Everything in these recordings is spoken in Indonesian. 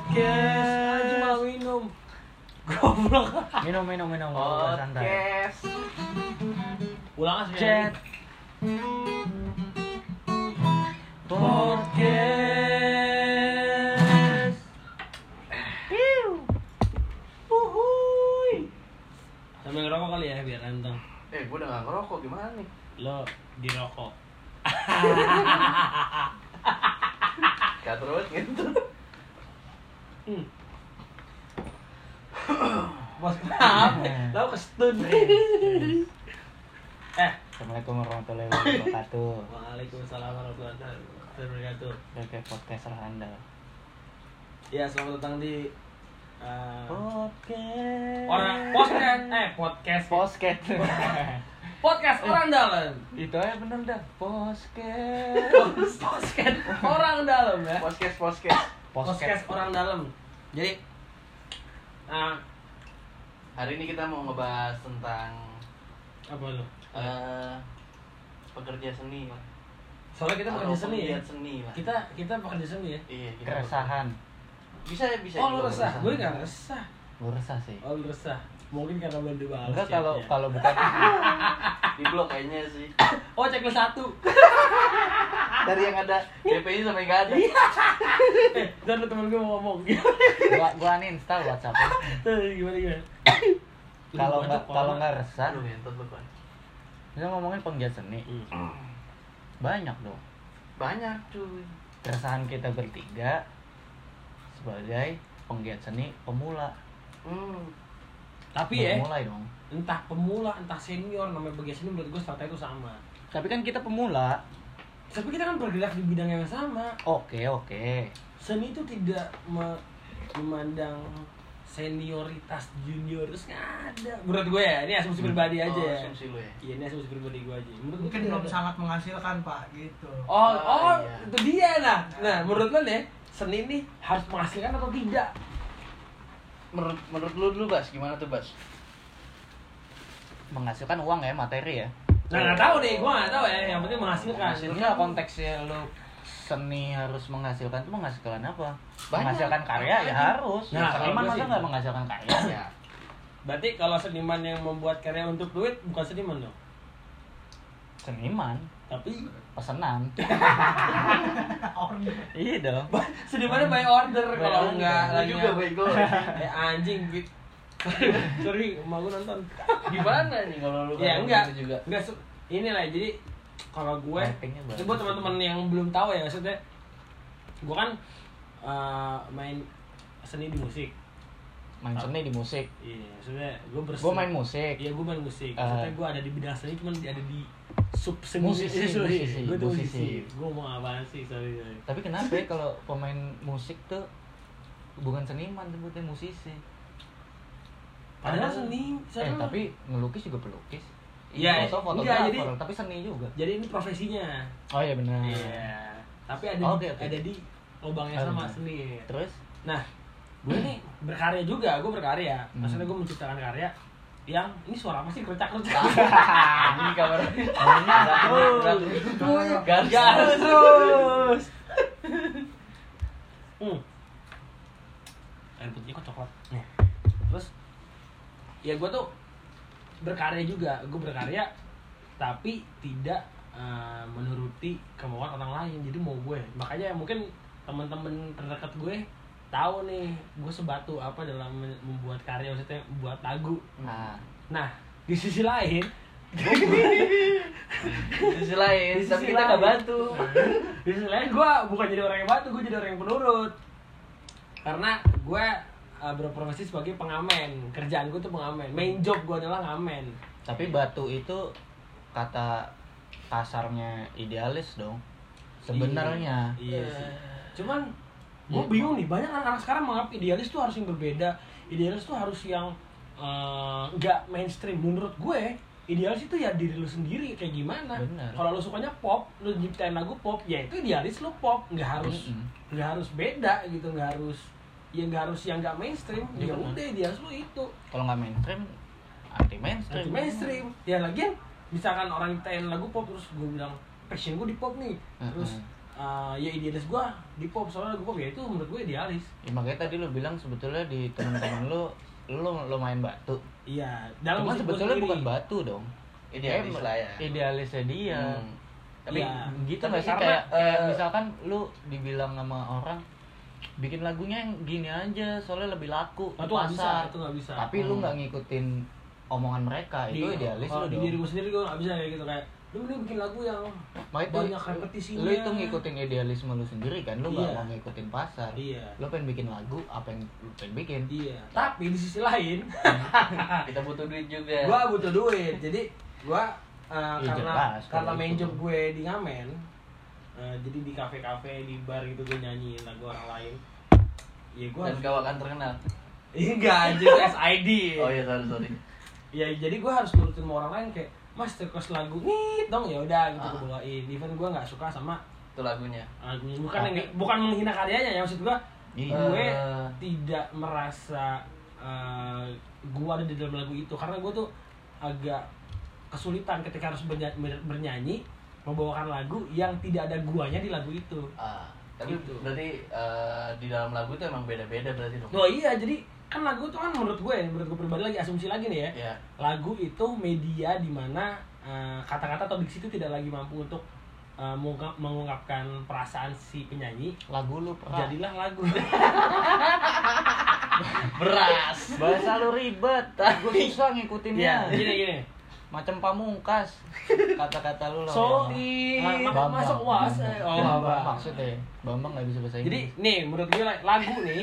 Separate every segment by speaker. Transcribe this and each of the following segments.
Speaker 1: Podcast.
Speaker 2: Aja malah minum. Goblok.
Speaker 1: Minum santai.
Speaker 3: Podcast.
Speaker 2: Ulang aja.
Speaker 1: Chat. Podcast.
Speaker 2: Uhuy. Sambil ngerokok kali ya biar anteng.
Speaker 3: Gue udah gak ngerokok, gimana nih?
Speaker 2: Lo dirokok.
Speaker 3: Gak terus gitu.
Speaker 2: Bos kenapa? Lo kestun.
Speaker 1: Assalamualaikum warahmatullahi wabarakatuh.
Speaker 2: Waalaikumsalam warahmatullahi wabarakatuh.
Speaker 1: Oke, podcaster Anda.
Speaker 2: Ya, selamat datang di
Speaker 1: Podcast.
Speaker 2: podcast podcast orang dalam.
Speaker 1: Itu aja bener dah. Podcast
Speaker 2: Orang dalam ya.
Speaker 3: Podcast.
Speaker 2: Orang dalam. Jadi
Speaker 3: Hari ini kita mau ngebahas tentang
Speaker 2: apa lo?
Speaker 3: pekerja seni lah.
Speaker 2: Soalnya kita pekerja seni ya.
Speaker 3: Penggiat seni lah.
Speaker 2: Kita pekerja seni ya.
Speaker 3: Iya, kita
Speaker 1: keresahan.
Speaker 3: Bisa.
Speaker 2: Oh, lu
Speaker 3: juga
Speaker 2: resah.
Speaker 3: berusaha.
Speaker 2: Gue enggak resah.
Speaker 1: Gue resah sih.
Speaker 2: Oh, lu resah. Mungkin karena belum dibahas.
Speaker 1: Enggak
Speaker 2: chatnya.
Speaker 1: kalau bukan
Speaker 3: Di blog kayaknya sih.
Speaker 2: Oh, checklist 1.
Speaker 3: Dari yang ada DP-nya sampai gak ada.
Speaker 2: Dan temen gue mau ngomong.
Speaker 1: gua uninstall WhatsApp-nya.
Speaker 2: Gimana?
Speaker 1: Kalau nggak resah,
Speaker 3: Aduh, ngentot lu kan.
Speaker 1: kita ngomongin penggiat seni. Banyak dong.
Speaker 3: Banyak cuy.
Speaker 1: Keresahan kita bertiga sebagai penggiat seni pemula.
Speaker 2: Tapi ya,
Speaker 1: Mulai dong.
Speaker 2: entah pemula, entah senior, namanya penggiat seni menurut gue strategi itu sama.
Speaker 1: Tapi kan kita pemula.
Speaker 2: Tapi kita kan bergerak di bidang yang sama.
Speaker 1: Oke.
Speaker 2: Seni itu tidak memandang senioritas junior, terus nggak ada. Menurut gue ya, ini asumsi pribadi aja ya.
Speaker 3: Asumsi lu ya.
Speaker 2: Iya, ini asumsi pribadi gue aja. Menurut
Speaker 4: Mungkin
Speaker 2: gue
Speaker 4: belum
Speaker 2: tidak ada.
Speaker 4: sangat menghasilkan Pak gitu.
Speaker 2: Oh,
Speaker 3: iya.
Speaker 2: itu dia nah. Nah, menurut lo nih, seni ini harus menghasilkan atau tidak?
Speaker 3: Menurut lu dulu, Bas, gimana tuh, Bas?
Speaker 1: Menghasilkan uang ya, materi ya.
Speaker 2: Nah, nggak tahu nih, gue nggak tahu ya. Yang penting menghasilkan.
Speaker 1: Enggak, konteksnya lu seni harus menghasilkan itu menghasilkan apa?
Speaker 3: Banyak.
Speaker 1: Menghasilkan karya ya harus.
Speaker 2: Nah,
Speaker 1: Seniman
Speaker 2: kalau gue
Speaker 1: masa
Speaker 2: sih-
Speaker 1: nggak menghasilkan karya?
Speaker 3: Ya.
Speaker 2: Berarti kalau seniman yang membuat karya untuk duit bukan seniman dong.
Speaker 1: Seniman,
Speaker 2: Tapi
Speaker 1: pesanan. Iya dong.
Speaker 2: senimannya by order kalau enggak
Speaker 3: Lu
Speaker 2: lagi
Speaker 3: juga bego.
Speaker 2: anjing gitu. Sorry, mau nonton.
Speaker 3: Gimana nih kalau lu
Speaker 2: Ya
Speaker 3: kayak
Speaker 2: enggak.
Speaker 3: gitu juga?
Speaker 2: Enggak inilah jadi kalau gue
Speaker 1: Ratingnya bagus.
Speaker 2: itu buat teman-teman yang belum tahu ya maksudnya gue kan main seni di musik.
Speaker 1: Main seni di musik.
Speaker 2: Iya, maksudnya gue
Speaker 1: Gue main musik.
Speaker 2: Iya, gue main musik. Maksudnya gue ada di bidang seni cuman ada di sub seni.
Speaker 1: Musisi.
Speaker 2: Gue tuh musisi. Gue mau apaan sih, sorry.
Speaker 1: Tapi kenapa ya kalau pemain musik tuh bukan seniman, sebutnya musisi.
Speaker 2: Padahal seni.
Speaker 1: Tapi ngelukis juga pelukis.
Speaker 2: Iya,
Speaker 1: Foto
Speaker 2: enggak,
Speaker 1: fotografer, tapi seni juga.
Speaker 2: jadi ini profesinya.
Speaker 1: Oh iya benar.
Speaker 2: Iya. Tapi ada
Speaker 1: Oke.
Speaker 2: ada di lubangnya sama
Speaker 1: Benar.
Speaker 2: seni.
Speaker 1: Terus
Speaker 2: Nah, gue nih berkarya juga, gue berkarya.
Speaker 1: Hmm.
Speaker 2: Maksudnya gue menciptakan karya yang ini suara apa sih kercak-kercak?
Speaker 3: Ini kamar.
Speaker 2: Garis terus. Air putih kok coklat. Nih. Terus ya gue tuh berkarya juga, gue berkarya tapi tidak menuruti kemauan orang lain. Jadi mau gue, makanya mungkin teman-teman terdekat gue tahu nih gue sebatu apa dalam membuat karya, maksudnya membuat lagu. Nah di sisi lain
Speaker 3: Di sisi lain,
Speaker 2: Di
Speaker 3: tapi
Speaker 2: sisi
Speaker 3: kita gak
Speaker 2: lain.
Speaker 3: bantu.
Speaker 2: di sisi lain gue bukan jadi orang yang batu, gue jadi orang yang penurut. Karena gue berprofesi sebagai pengamen. Kerjaan gue tuh pengamen. Main job gue adalah ngamen.
Speaker 1: tapi batu itu kata kasarnya idealis dong. Sebenarnya.
Speaker 2: Iya sih. Cuman gue bingung nih, banyak anak-anak sekarang menganggap idealis tuh harus yang berbeda. Idealis tuh harus yang nggak mainstream. Menurut gue, idealis itu ya diri lu sendiri kayak gimana.
Speaker 1: Benar.
Speaker 2: Kalau lu sukanya pop, lu nyiptain lagu pop, ya itu idealis lu pop. Nggak harus beda gitu, nggak harus yang nggak mainstream.
Speaker 1: Iya,
Speaker 2: Ya
Speaker 1: benar.
Speaker 2: udah idealis lu itu.
Speaker 1: Kalau nggak mainstream, anti mainstream.
Speaker 2: Anti mainstream. Ya lagian misalkan orang nyiptain lagu pop terus gue bilang passion gue di pop nih. Terus ya idealis gue di pop, soalnya lagu pop ya itu menurut gue idealis.
Speaker 1: Ya, makanya tadi lu bilang sebetulnya di teman-teman lu main batu.
Speaker 2: Iya, dalam
Speaker 1: Cuma
Speaker 2: musik
Speaker 1: sebetulnya
Speaker 2: sendiri.
Speaker 1: bukan batu dong.
Speaker 3: Idealis lah ya.
Speaker 1: Idealisnya dia.
Speaker 3: Tapi
Speaker 2: Iya.
Speaker 1: Gitu
Speaker 3: tapi
Speaker 1: nggak sih
Speaker 3: karena,
Speaker 1: kayak misalkan lu dibilang sama orang bikin lagunya yang gini aja soalnya lebih laku
Speaker 2: Nah,
Speaker 1: di
Speaker 2: itu nggak bisa,
Speaker 1: pasar.
Speaker 2: itu nggak bisa.
Speaker 1: Tapi lu nggak ngikutin omongan mereka, itu idealis
Speaker 2: kalau
Speaker 1: lu
Speaker 2: di
Speaker 1: dong.
Speaker 2: diri gue sendiri gue nggak bisa kayak gitu, kayak lu mending bikin lagu yang
Speaker 1: Makanya
Speaker 2: banyak repetisinya.
Speaker 1: lu itu ngikutin idealisme lu sendiri kan, lu nggak
Speaker 2: Iya.
Speaker 1: mau ngikutin pasar.
Speaker 2: Iya.
Speaker 1: Lu pengen bikin lagu apa yang lu pengen bikin.
Speaker 2: Iya, tapi di sisi lain
Speaker 3: kita butuh duit juga.
Speaker 2: gue butuh duit, jadi gue
Speaker 1: Iya,
Speaker 2: karena
Speaker 1: jelas, kalau
Speaker 2: main
Speaker 1: itu.
Speaker 2: job gue di ngamen, jadi di kafe-kafe, di bar gitu gue nyanyiin lagu orang lain. Ya gue
Speaker 3: Dan kau akan terkenal.
Speaker 2: enggak anjir, itu SID.
Speaker 3: Oh iya, sorry.
Speaker 2: Ya jadi gue harus nurutin sama orang lain kayak, Mas request lagu nih dong, ya udah gitu gue bawain. Even gue nggak suka sama
Speaker 3: Itu lagunya.
Speaker 2: lagunya, bukan menghina karyanya ya, maksud gue
Speaker 1: Iya.
Speaker 2: gue tidak merasa gue ada di dalam lagu itu, karena gue tuh agak kesulitan ketika harus bernyanyi membawakan lagu yang tidak ada guanya di lagu itu.
Speaker 3: Tapi
Speaker 2: Gitu.
Speaker 3: berarti di dalam lagu itu emang beda-beda berarti dong.
Speaker 2: Oh iya, jadi kan lagu tuh kan menurut gue pribadi lagi, asumsi lagi nih ya.
Speaker 3: Iya.
Speaker 2: Lagu itu media di mana kata-kata atau diksi itu tidak lagi mampu untuk mengungkapkan perasaan si penyanyi.
Speaker 1: Lagu lu pernah.
Speaker 2: Jadilah lagu.
Speaker 3: Beras.
Speaker 1: Bahasa lu ribet, gue susah ngikutinnya.
Speaker 2: Iya, gini.
Speaker 1: Macam Pamungkas. Kata-kata lu lah.
Speaker 2: Sorry,
Speaker 1: Bambang.
Speaker 2: masuk was. Oh, Bambang.
Speaker 1: Maksudnya Bambang nggak bisa bahasa Inggris.
Speaker 2: Jadi nih menurut gue lagu nih,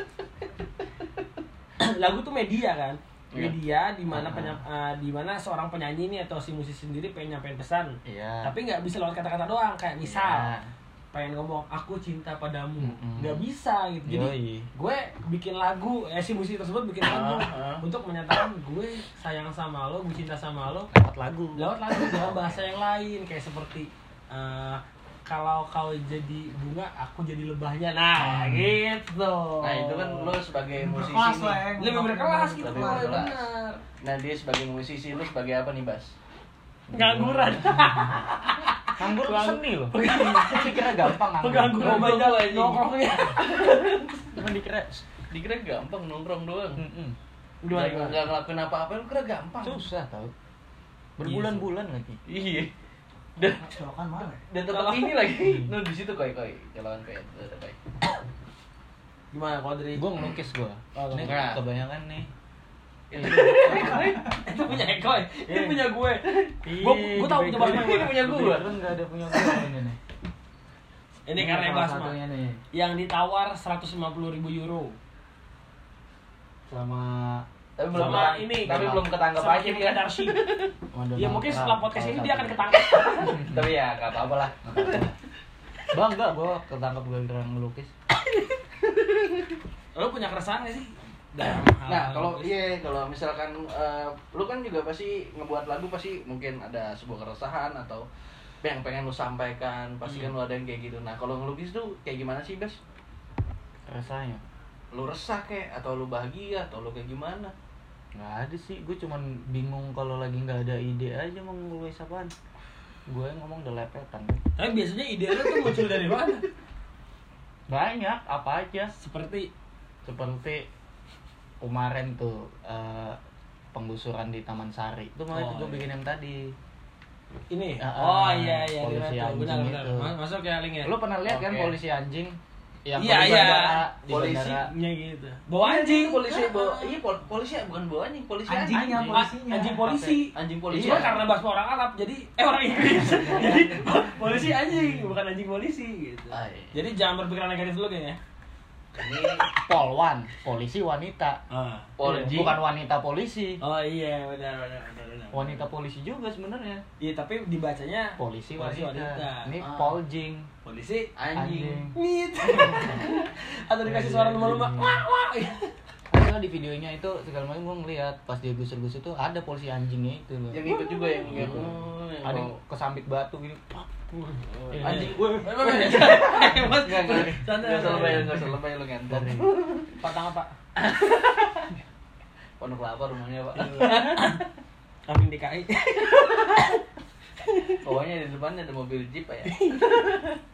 Speaker 2: lagu tuh media kan, media di mana di mana seorang penyanyi nih atau si musisi sendiri pengen nyampein pesan,
Speaker 1: Iya.
Speaker 2: tapi nggak bisa lewat kata-kata doang, kayak misal
Speaker 1: Iya.
Speaker 2: pengen ngomong aku cinta padamu,
Speaker 1: Mm-mm.
Speaker 2: nggak bisa gitu. Jadi
Speaker 1: Yoi.
Speaker 2: gue bikin lagu, si musisi tersebut bikin lagu untuk menyatakan gue sayang sama lo, gue cinta sama lo
Speaker 1: Lewat lagu.
Speaker 2: lewat lagu dalam bahasa yang lain, kayak seperti kalau kau jadi bunga aku jadi lebahnya, nah gitu.
Speaker 3: Nah, itu kan lo sebagai musisi
Speaker 4: Berkelas lah
Speaker 3: nih.
Speaker 4: ya.
Speaker 2: lebih berkelas gitu.
Speaker 3: Lebih
Speaker 2: Boy,
Speaker 3: berkelas.
Speaker 2: benar.
Speaker 3: Nah, dia sebagai musisi, lo sebagai apa nih, Bas?
Speaker 2: Ngangguran.
Speaker 1: Nganggur tuh seni loh. Kan dikira gampang nganggur.
Speaker 2: Pengangguran banyak
Speaker 3: anjing.
Speaker 2: nongkrongnya.
Speaker 1: Cuma dikira
Speaker 3: Dikira gampang nongkrong doang.
Speaker 2: Gimana?
Speaker 3: Nggak ngelakuin apa-apa, lo kira gampang.
Speaker 1: susah tau. Berbulan-bulan lagi.
Speaker 3: Iya. Dan
Speaker 4: Colokan mana?
Speaker 3: dan tetap ini lagi. No, di situ koi. Jalan koi. Tetap koi.
Speaker 2: Gimana kalau dari
Speaker 1: Gue ngelukis gue.
Speaker 2: Oh,
Speaker 1: Ini
Speaker 3: ngelukis.
Speaker 1: kebanyakan nih.
Speaker 2: itu punya Ekoy, ini punya gue. Gue tahu punya Basma.
Speaker 3: Ini punya gue.
Speaker 1: Kan nggak ada punya gue ini nih.
Speaker 2: Ini karya
Speaker 1: salah
Speaker 2: Basma
Speaker 1: satunya nih.
Speaker 2: yang ditawar 150.000 euro.
Speaker 1: Sama
Speaker 3: Tapi belum
Speaker 2: Sama ini.
Speaker 3: Tapi belum ketangkep
Speaker 2: Sama
Speaker 3: aja
Speaker 2: Kim
Speaker 3: dia.
Speaker 2: Kardashian.
Speaker 1: Donald
Speaker 2: Ya mungkin setelah
Speaker 1: Trump,
Speaker 2: podcast
Speaker 1: salah
Speaker 2: ini dia akan
Speaker 1: satu.
Speaker 2: ketangkep.
Speaker 3: Tapi ya nggak apa-apa lah.
Speaker 1: Bang, enggak, gue ketangkap gara-gara ngelukis.
Speaker 2: Lo punya keresahan gak sih?
Speaker 3: Nah, kalau misalkan lu kan juga pasti ngebuat lagu, pasti mungkin ada sebuah keresahan atau yang pengen lu sampaikan, pasti kan lu ada yang kayak gitu. Nah, kalau ngelukis tuh kayak gimana sih, Bas?
Speaker 1: Rasanya
Speaker 3: Lu resah kek atau lu bahagia atau lu kayak gimana?
Speaker 1: nggak ada sih, gue cuman bingung kalau lagi nggak ada ide aja mau ngeluis apaan. Gue ngomong udah lepetan.
Speaker 2: Tapi biasanya ide lo tuh muncul dari mana?
Speaker 1: Banyak, apa aja.
Speaker 2: Seperti
Speaker 1: Kemarin tuh penggusuran di Taman Sari. Itu malah itu gue
Speaker 2: iya.
Speaker 1: bikin yang tadi.
Speaker 2: ini.
Speaker 1: Ah,
Speaker 2: Iya,
Speaker 1: polisi
Speaker 2: benar,
Speaker 1: anjing
Speaker 2: benar.
Speaker 1: itu.
Speaker 2: Masuk ya linknya.
Speaker 1: Lu pernah lihat kan
Speaker 3: Oke.
Speaker 1: polisi anjing? Yang
Speaker 2: Iya,
Speaker 1: di
Speaker 2: iya.
Speaker 1: bandara, di
Speaker 3: Polisi.
Speaker 1: bandara.
Speaker 2: Nya gitu. Bawa anjing.
Speaker 3: polisi polisi bukan bawa anjing, polisi
Speaker 4: Anjingnya,
Speaker 3: anjing.
Speaker 4: polisinya.
Speaker 2: Anjing polisi.
Speaker 3: Anjing polisi.
Speaker 2: Cuma karena Basma orang Arab, jadi orang Inggris. Jadi polisi anjing, bukan anjing polisi gitu.
Speaker 3: Ah, iya.
Speaker 2: Jadi jangan berpikiran negatif dulu kayaknya.
Speaker 3: Ini
Speaker 1: Polwan, polisi wanita.
Speaker 3: Polji.
Speaker 1: Bukan wanita polisi.
Speaker 2: Oh iya, benar.
Speaker 1: Wanita polisi juga sebenarnya.
Speaker 2: Iya, tapi dibacanya
Speaker 1: Polisi wanita. Ini
Speaker 3: Ah.
Speaker 1: Poljing.
Speaker 2: polisi
Speaker 3: anjing.
Speaker 2: mit. Atau dikasih suara lumba-lumba. Wah, wah.
Speaker 1: Ada di videonya itu segala macam gue ngeliat pas dia gusur-gusur tuh ada polisi anjingnya itu loh.
Speaker 3: Yang ikut juga yang
Speaker 1: Iya.
Speaker 3: yang
Speaker 1: Ada yang kesambit batu gini.
Speaker 3: anjing.
Speaker 2: Mas,
Speaker 3: Enggak usah lebay lu ngentot.
Speaker 2: Patang apa?
Speaker 3: Pondok Kelapa rumahnya, Pak.
Speaker 2: Kambing DKI.
Speaker 3: Pokoknya di depannya ada mobil Jeep, Pak ya.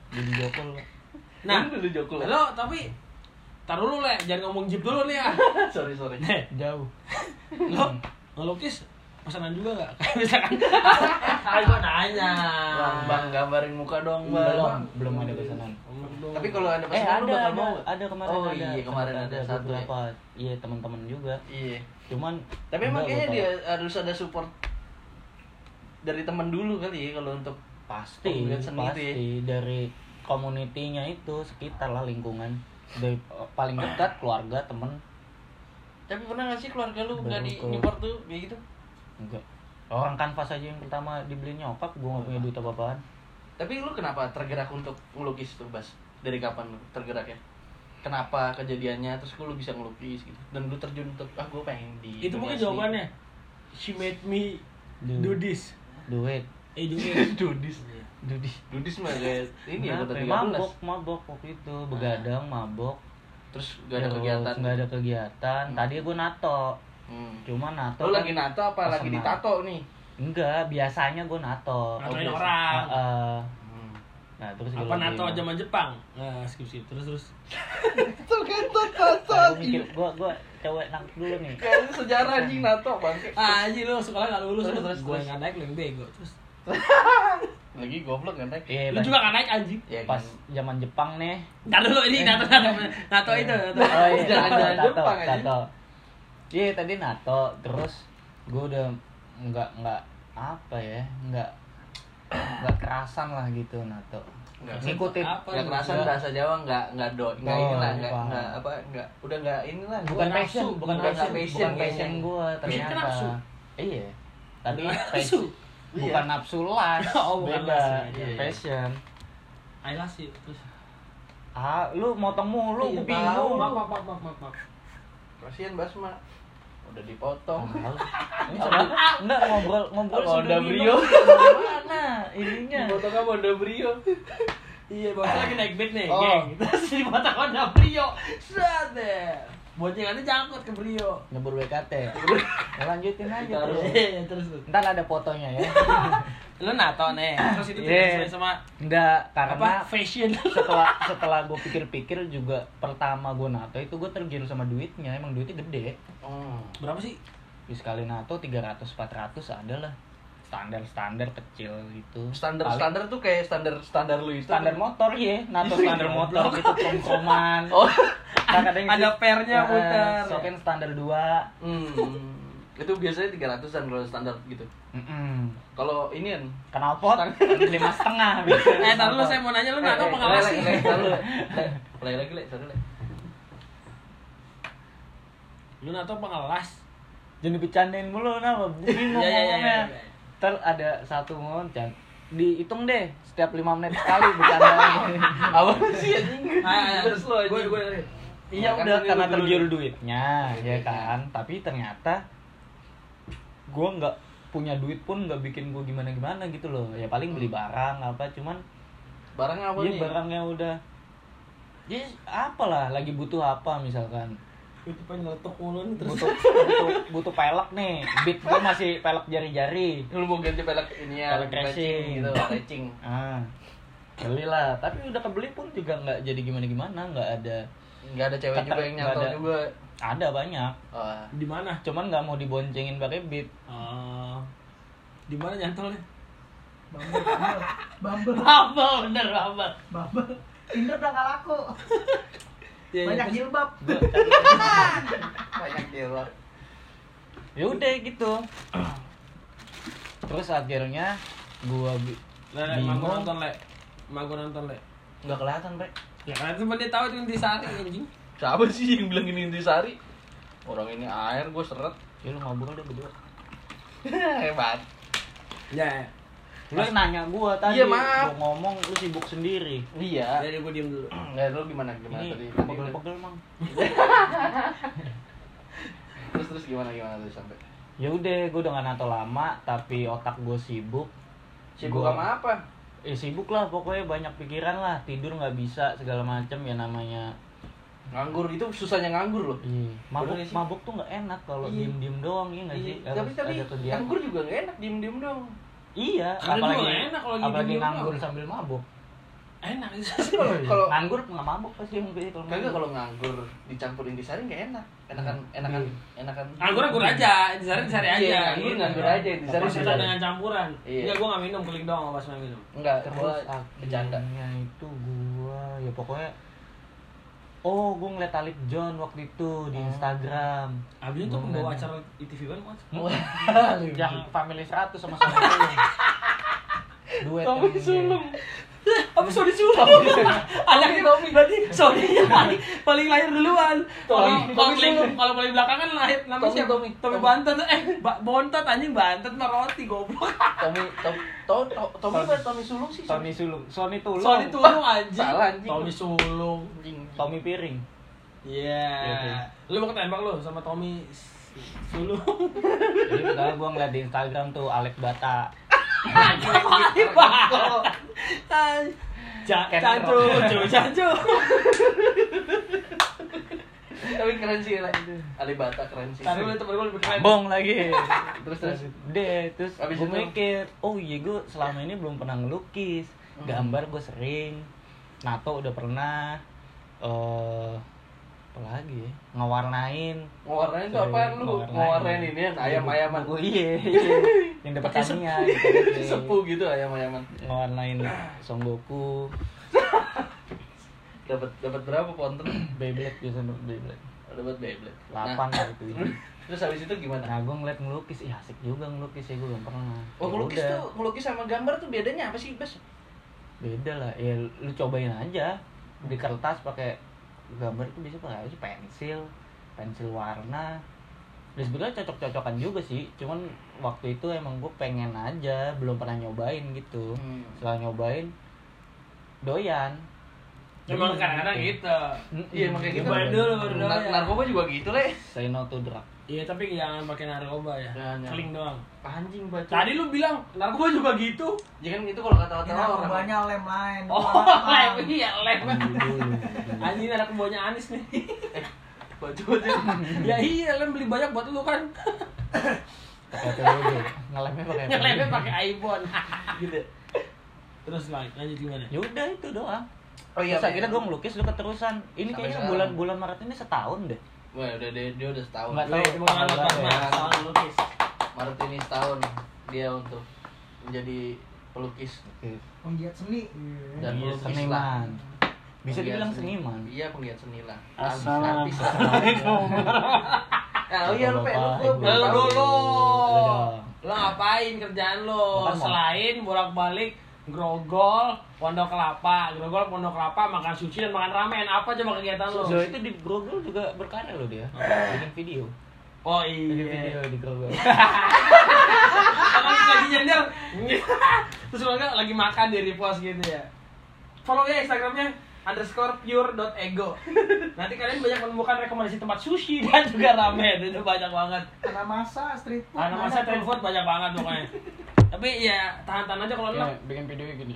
Speaker 1: Jadi jokul.
Speaker 2: Nah,
Speaker 3: dulu jokul.
Speaker 2: lo tapi taruh dulu Le, jangan ngomong jeep dulu nih ya.
Speaker 3: sorry.
Speaker 1: Jauh.
Speaker 2: Lo ngelukis pesanan juga nggak? Kayak misalkan, gua nanya.
Speaker 3: Bang, gambarin muka dong, Bang.
Speaker 1: Belum ada pesanan.
Speaker 3: Tapi kalau ada pesanan lu bakal mau.
Speaker 1: ada kemarin
Speaker 3: Oh,
Speaker 1: ada.
Speaker 3: iya, kemarin
Speaker 1: Sempet
Speaker 3: ada satu ya.
Speaker 1: beberapa. Iya, teman-teman juga.
Speaker 3: Iya.
Speaker 1: Cuman
Speaker 3: Tapi emang
Speaker 1: enggak,
Speaker 3: kayaknya
Speaker 1: gua
Speaker 3: dia
Speaker 1: tahu.
Speaker 3: harus ada support dari teman dulu kali ya kalau untuk
Speaker 1: pasti
Speaker 3: penggiat seni itu ya.
Speaker 1: pasti dari komunitinya itu sekitar lah, lingkungan dari paling dekat keluarga, temen.
Speaker 3: Tapi pernah nggak sih keluarga lu nggak di
Speaker 1: Baru ke-
Speaker 3: Newport tuh kayak gitu?
Speaker 1: Enggak, orang kanvas aja yang pertama dibeliin nyokap, gue nggak punya duit apa-apaan.
Speaker 3: Tapi lu kenapa tergerak untuk ngelukis tuh, Bas? Dari kapan lu tergeraknya? Kenapa kejadiannya terus lu bisa ngelukis gitu? Dan lu terjun untuk gue pengen di
Speaker 2: Itu mungkin
Speaker 3: dunia seni.
Speaker 2: jawabannya. She made me do this.
Speaker 1: Duit.
Speaker 2: Do this.
Speaker 3: Dudis. Dudis mah kayak ini ya,
Speaker 1: Kenapa
Speaker 3: kota
Speaker 1: ya?
Speaker 3: 13.
Speaker 1: Mabok waktu itu, begadang, mabok.
Speaker 3: Terus gak ada
Speaker 1: Terus
Speaker 3: kegiatan.
Speaker 1: nggak ada kegiatan. Tadi gue nato, cuma nato.
Speaker 3: Lu
Speaker 1: kan
Speaker 3: lagi nato apa lagi
Speaker 1: pesenan.
Speaker 3: ditato nih?
Speaker 1: Enggak, biasanya gue nato.
Speaker 2: Natoin
Speaker 3: biasa.
Speaker 2: orang.
Speaker 1: Nah terus
Speaker 2: Apa nato zaman Jepang? Nah, skip terus.
Speaker 1: gue cewek nangkep dulu nih.
Speaker 3: Kayaknya sejarah anjing nato bangke.
Speaker 2: Anjir lu sekolah enggak lulus
Speaker 3: Terus,
Speaker 2: lu.
Speaker 3: terus,
Speaker 2: Gua
Speaker 3: terus.
Speaker 2: yang naik lu yang bego. Terus
Speaker 3: Lagi goblok kan, Tek?
Speaker 1: Iya,
Speaker 2: lu juga enggak naik anjing.
Speaker 3: Ya,
Speaker 1: pas zaman Jepang nih.
Speaker 2: Entar dulu ini nato itu.
Speaker 1: Oh iya,
Speaker 3: Jangan-jangan
Speaker 1: nato,
Speaker 3: Jepang aja.
Speaker 1: nato. Iya tadi nato, terus gue udah nggak apa ya, nggak kerasan lah gitu nato. Ngikutin.
Speaker 2: Apa?
Speaker 3: Enggak kerasan
Speaker 1: Nggak.
Speaker 3: bahasa Jawa enggak
Speaker 1: Oh,
Speaker 3: inilah,
Speaker 1: paham.
Speaker 3: enggak apa enggak udah enggak inilah.
Speaker 1: Bukan
Speaker 2: nafsu,
Speaker 1: passion, bukan
Speaker 3: bukan
Speaker 1: passion,
Speaker 3: passion
Speaker 1: bukan passion
Speaker 3: kayaknya.
Speaker 1: gue
Speaker 2: Passion kan
Speaker 1: ternyata.
Speaker 2: nafsu.
Speaker 1: Iya. Tadi
Speaker 2: Nafsu.
Speaker 1: passion. Bukan
Speaker 3: Iya.
Speaker 1: nafsu lah.
Speaker 2: Oh, bukan
Speaker 1: beda.
Speaker 2: nafsu,
Speaker 3: iya.
Speaker 1: Passion.
Speaker 2: Ayolah sih terus.
Speaker 1: Lu motong mulu,
Speaker 2: Iya,
Speaker 1: gue bingung.
Speaker 2: Maaf.
Speaker 3: Kasihan Basma. Udah dipotong.
Speaker 1: Ini sambil- enggak ngobrol
Speaker 3: Apa
Speaker 1: sambil
Speaker 3: Honda
Speaker 1: minum.
Speaker 3: Brio?
Speaker 1: Gimana ininya?
Speaker 3: Dipotong apa Honda Brio?
Speaker 2: Iya, bosnya lagi naik beat nih,
Speaker 3: Oh.
Speaker 2: geng. Terus dipotong Honda Brio. Set deh. Boncengannya jangkut ke Brio.
Speaker 1: Nyebur BKT. Ya, lanjutin aja terus.
Speaker 2: Terus.
Speaker 1: Ntar ada fotonya ya.
Speaker 2: Lu nato nih. Terus itu
Speaker 1: Iya.
Speaker 2: tidak sama
Speaker 1: Enggak,
Speaker 2: apa?
Speaker 1: karena
Speaker 2: Fashion.
Speaker 1: setelah gue pikir-pikir juga pertama gue nato itu gue tergiur sama duitnya, emang duitnya gede.
Speaker 2: Berapa sih?
Speaker 1: Di sekali nato 300-400 ada lah. Standar kecil gitu.
Speaker 3: Standar
Speaker 1: Paling-
Speaker 3: tuh kayak standar lu itu.
Speaker 1: standar motor ya, nato standar motor gitu krom-kroman.
Speaker 3: Oh.
Speaker 1: Kadang-kadang
Speaker 2: Ada
Speaker 1: sih,
Speaker 2: pernya muter.
Speaker 1: Soken standar 2.
Speaker 3: Itu biasanya 300-an kalau standar gitu. Kalau ini kan
Speaker 1: Knalpot 5,5 biasanya.
Speaker 2: Ntar lu saya mau nanya lu nato apa enggak sih?
Speaker 3: Lagi, sorry.
Speaker 2: Lu nato apa ngelas?
Speaker 1: Jangan dibecandain mulu, kenapa? Bingung
Speaker 2: Iya,
Speaker 1: ngomongnya. Ntar ada satu momen, Chan. Dihitung deh, setiap 5 menit sekali bercanda.
Speaker 3: Apa sih anjing?
Speaker 2: Terus
Speaker 3: lu anjing.
Speaker 2: gue
Speaker 1: Iya
Speaker 3: Kan
Speaker 1: udah
Speaker 3: ini
Speaker 1: karena
Speaker 3: dulu.
Speaker 1: tergiur duitnya,
Speaker 3: Iya,
Speaker 1: ya kan. Tapi ternyata gue nggak punya duit pun nggak bikin gue gimana gitu loh. Ya paling beli barang apa, cuman
Speaker 3: Barang apa
Speaker 1: ya
Speaker 3: nih?
Speaker 1: barangnya udah. Ya apalah, lagi butuh apa misalkan.
Speaker 2: itu pengen ngeletok mulu nih terus.
Speaker 1: Butuh pelek nih. Beat gue masih pelek jari-jari.
Speaker 3: Lu mau ganti pelek ini ya,
Speaker 1: Pelek racing.
Speaker 3: gitu, racing.
Speaker 1: Belilah. Tapi udah kebeli pun juga nggak jadi gimana-gimana, nggak ada.
Speaker 3: Enggak ada cewek juga yang
Speaker 1: Nggak
Speaker 3: nyantol
Speaker 1: ada.
Speaker 3: juga.
Speaker 1: Ada banyak.
Speaker 3: Oh.
Speaker 2: Di mana?
Speaker 1: Cuman nggak mau diboncengin pakai beat.
Speaker 2: Di mana nyantolnya?
Speaker 4: Bumble.
Speaker 2: Bener Bumble.
Speaker 4: Bumble. Tinder udah gak laku.
Speaker 2: Iya,
Speaker 4: Banyak
Speaker 2: terus-
Speaker 4: jilbab.
Speaker 3: Banyak gila.
Speaker 1: Ya udah gitu. Terus akhirnya gua
Speaker 2: Le, emang gua
Speaker 1: bingung.
Speaker 2: nonton le. Emang gua nonton le.
Speaker 1: Nggak kelihatan, Bre.
Speaker 2: Ya kan cuma dia tahu itu di saat anjing.
Speaker 3: Siapa sih yang bilang ini intisari? Orang ini air, gue seret.
Speaker 1: Ya lu ngobrol deh berdua.
Speaker 3: Hebat.
Speaker 2: Ya.
Speaker 1: Lu nanya gua tadi.
Speaker 3: Iya, maaf.
Speaker 1: Gua ngomong lu sibuk sendiri.
Speaker 3: Iya.
Speaker 2: Jadi gua diem dulu.
Speaker 3: Nggak, lu gimana
Speaker 1: Ini
Speaker 3: tadi?
Speaker 1: pegel-pegel, Mang.
Speaker 3: Terus gimana tuh sampai?
Speaker 1: Ya udah, gua udah nggak nato lama, tapi otak gua sibuk.
Speaker 3: Sibuk
Speaker 1: Gua-
Speaker 3: sama apa?
Speaker 1: Sibuk lah, pokoknya banyak pikiran lah, tidur nggak bisa segala macem ya namanya.
Speaker 3: Nganggur itu susahnya nganggur loh.
Speaker 1: Iya, mabuk
Speaker 3: Bener sih.
Speaker 1: mabuk tuh nggak enak kalau
Speaker 3: Iya.
Speaker 1: diem doang, iya nggak sih?
Speaker 3: Tapi
Speaker 1: Harus ada kegiatan.
Speaker 3: nganggur juga nggak enak, diem dong.
Speaker 1: Iya,
Speaker 2: Karena
Speaker 1: apalagi
Speaker 2: juga nggak enak kalau lagi
Speaker 1: apalagi
Speaker 2: diem-diem
Speaker 1: nganggur
Speaker 2: doang.
Speaker 1: sambil mabuk.
Speaker 2: Enak itu.
Speaker 3: Kalau
Speaker 1: nganggur nggak mabuk pasti yang beli kalau
Speaker 3: kagak kalau nganggur dicampur intisari nggak enak. Enakan.
Speaker 2: Anggur aja, disari aja.
Speaker 3: Iya, nganggur aja intisari.
Speaker 2: Pas dengan campuran.
Speaker 3: Iya.
Speaker 2: Enggak, gua enggak minum, keling doang pas main minum.
Speaker 3: Enggak,
Speaker 1: terus
Speaker 3: gua bercanda.
Speaker 1: akhirnya itu gua ya pokoknya gua ngeliat Alip John waktu itu di Instagram.
Speaker 2: Abis itu
Speaker 1: Gua
Speaker 2: pembawa
Speaker 1: ngeliat-
Speaker 2: acara ITV kan Mas.
Speaker 1: yang Family 100 sama Sony Sulung. Duet
Speaker 3: Tommy
Speaker 1: yang
Speaker 3: Sulung.
Speaker 2: Apa Sony Sulung? Anaknya berarti Sony paling lahir duluan.
Speaker 3: Tommy Sulung.
Speaker 2: Kalau paling belakangan lahir namanya siapa?
Speaker 3: Tommy.
Speaker 2: Tommy Bantet. Bontot anjing Bantet mah roti goblok.
Speaker 3: Tommy Sulung sih.
Speaker 1: Sony Sulung, Sony Tulung,
Speaker 2: Sony Tulung anjing.
Speaker 3: Salah, anjing.
Speaker 2: Tommy Sulung.
Speaker 1: Tommy Piring.
Speaker 2: Iya. Lu mau ketembak lu sama Tommy Sulung.
Speaker 1: Jadi pertama gua ngeliat di Instagram tuh Alek Bata.
Speaker 2: Cancu.
Speaker 3: Tapi keren sih lah. Alibata keren sih.
Speaker 2: Taruh itu baru lebih keren.
Speaker 1: Bong lagi.
Speaker 3: Terus.
Speaker 1: Terus
Speaker 3: Abis
Speaker 1: gue
Speaker 3: itu?
Speaker 1: mikir, oh iya gue selama ini belum pernah ngelukis. Gambar gue sering. Nato udah pernah. Apa lagi ya? Ngewarnain.
Speaker 3: Ngewarnain tuh apaan lu? Ngewarnain ini kan ayam-ayaman.
Speaker 1: Oh iya. Yang dapat taninya
Speaker 3: Sepuh gitu ayam-ayaman.
Speaker 1: Ngewarnain Son Goku.
Speaker 3: Dapat berapa ponten?
Speaker 1: Beyblade biasanya Beyblade.
Speaker 3: Dapat Beyblade.
Speaker 1: 8 lah itu.
Speaker 3: Terus habis itu gimana?
Speaker 1: Nah gue ngeliat ngelukis, asik juga ngelukis ya, gue belum pernah.
Speaker 3: Oh, ngelukis
Speaker 1: Udah.
Speaker 3: tuh, ngelukis sama gambar tuh bedanya apa sih, Bes?
Speaker 1: Beda lah, ya lu cobain aja di kertas pakai gambar itu bisa pakai aja pensil warna. Dan sebenarnya cocok-cocokan juga sih, cuman waktu itu emang gue pengen aja, belum pernah nyobain gitu. Setelah nyobain, doyan.
Speaker 2: Emang kadang-kadang gitu.
Speaker 3: Iya, makanya gitu.
Speaker 2: Cobain dulu baru doyan.
Speaker 3: Narkoba juga gitu, Le.
Speaker 1: Say no to drug.
Speaker 2: Iya, tapi jangan pakai narkoba ya.
Speaker 3: Jangan.
Speaker 2: Keling doang.
Speaker 3: Anjing baca.
Speaker 2: Tadi lu bilang narkoba juga gitu.
Speaker 3: Ya kan itu kalau kata-kata
Speaker 4: Ini
Speaker 3: orang.
Speaker 4: narkobanya lem lain.
Speaker 2: Oh, lem. Iya, lem.
Speaker 1: Dulu.
Speaker 2: Anjing anak kebawanya Anis nih.
Speaker 3: Baju-baju.
Speaker 2: Ya iya, lem beli banyak buat lu kan.
Speaker 1: Pakai dulu. Ngelemnya pakai apa?
Speaker 2: Ngelemnya pakai iPhone. Gitu. Terus lanjut gimana?
Speaker 1: Ya udah itu doang.
Speaker 3: Oh iya,
Speaker 1: Terus akhirnya gue ngelukis lu keterusan. Ini
Speaker 3: Sampai
Speaker 1: kayaknya
Speaker 3: sekarang.
Speaker 1: bulan Maret ini setahun deh.
Speaker 3: Wah, dia udah setahun.
Speaker 1: Nggak
Speaker 2: Tahu
Speaker 1: tahu.
Speaker 2: cuma kan
Speaker 1: Tanggal berapa ya?
Speaker 2: soal lukis.
Speaker 3: Maret ini setahun dia untuk menjadi pelukis
Speaker 1: Oke.
Speaker 4: Penggiat seni.
Speaker 3: dan
Speaker 1: Iya,
Speaker 3: melukis
Speaker 1: seniman.
Speaker 3: lah.
Speaker 1: Bisa
Speaker 3: Penggiat
Speaker 1: dibilang
Speaker 3: seni.
Speaker 1: seniman.
Speaker 3: Iya, penggiat seni lah.
Speaker 2: Assalamualaikum.
Speaker 3: Nah, oh iya lu Pe,
Speaker 1: Bapak,
Speaker 3: lu
Speaker 1: Ibu.
Speaker 3: belum tahu.
Speaker 2: Lu.
Speaker 1: dong.
Speaker 2: Lo ngapain kerjaan lo?
Speaker 1: Makan, Bang.
Speaker 2: Selain bolak-balik grogol, pondok kelapa, makan sushi dan makan ramen. Apa coba kegiatan lo?
Speaker 1: So itu di Grogol juga berkarya loh dia. Bikin video.
Speaker 2: Oh
Speaker 1: Bikin
Speaker 2: iya.
Speaker 1: video di Grogol.
Speaker 2: Orang lagi nyender. Terus kalau enggak lagi makan di repost gitu ya. Follow ya Instagramnya _pure.ego. Nanti kalian banyak menemukan rekomendasi tempat sushi dan juga ramen. Itu banyak banget.
Speaker 4: Masa street food.
Speaker 2: Anak masa
Speaker 4: banyak
Speaker 2: trend
Speaker 4: tuh.
Speaker 2: food banyak banget pokoknya. Tapi ya tahan-tahan aja kalau
Speaker 1: Ya,
Speaker 2: enak.
Speaker 1: bikin video gini.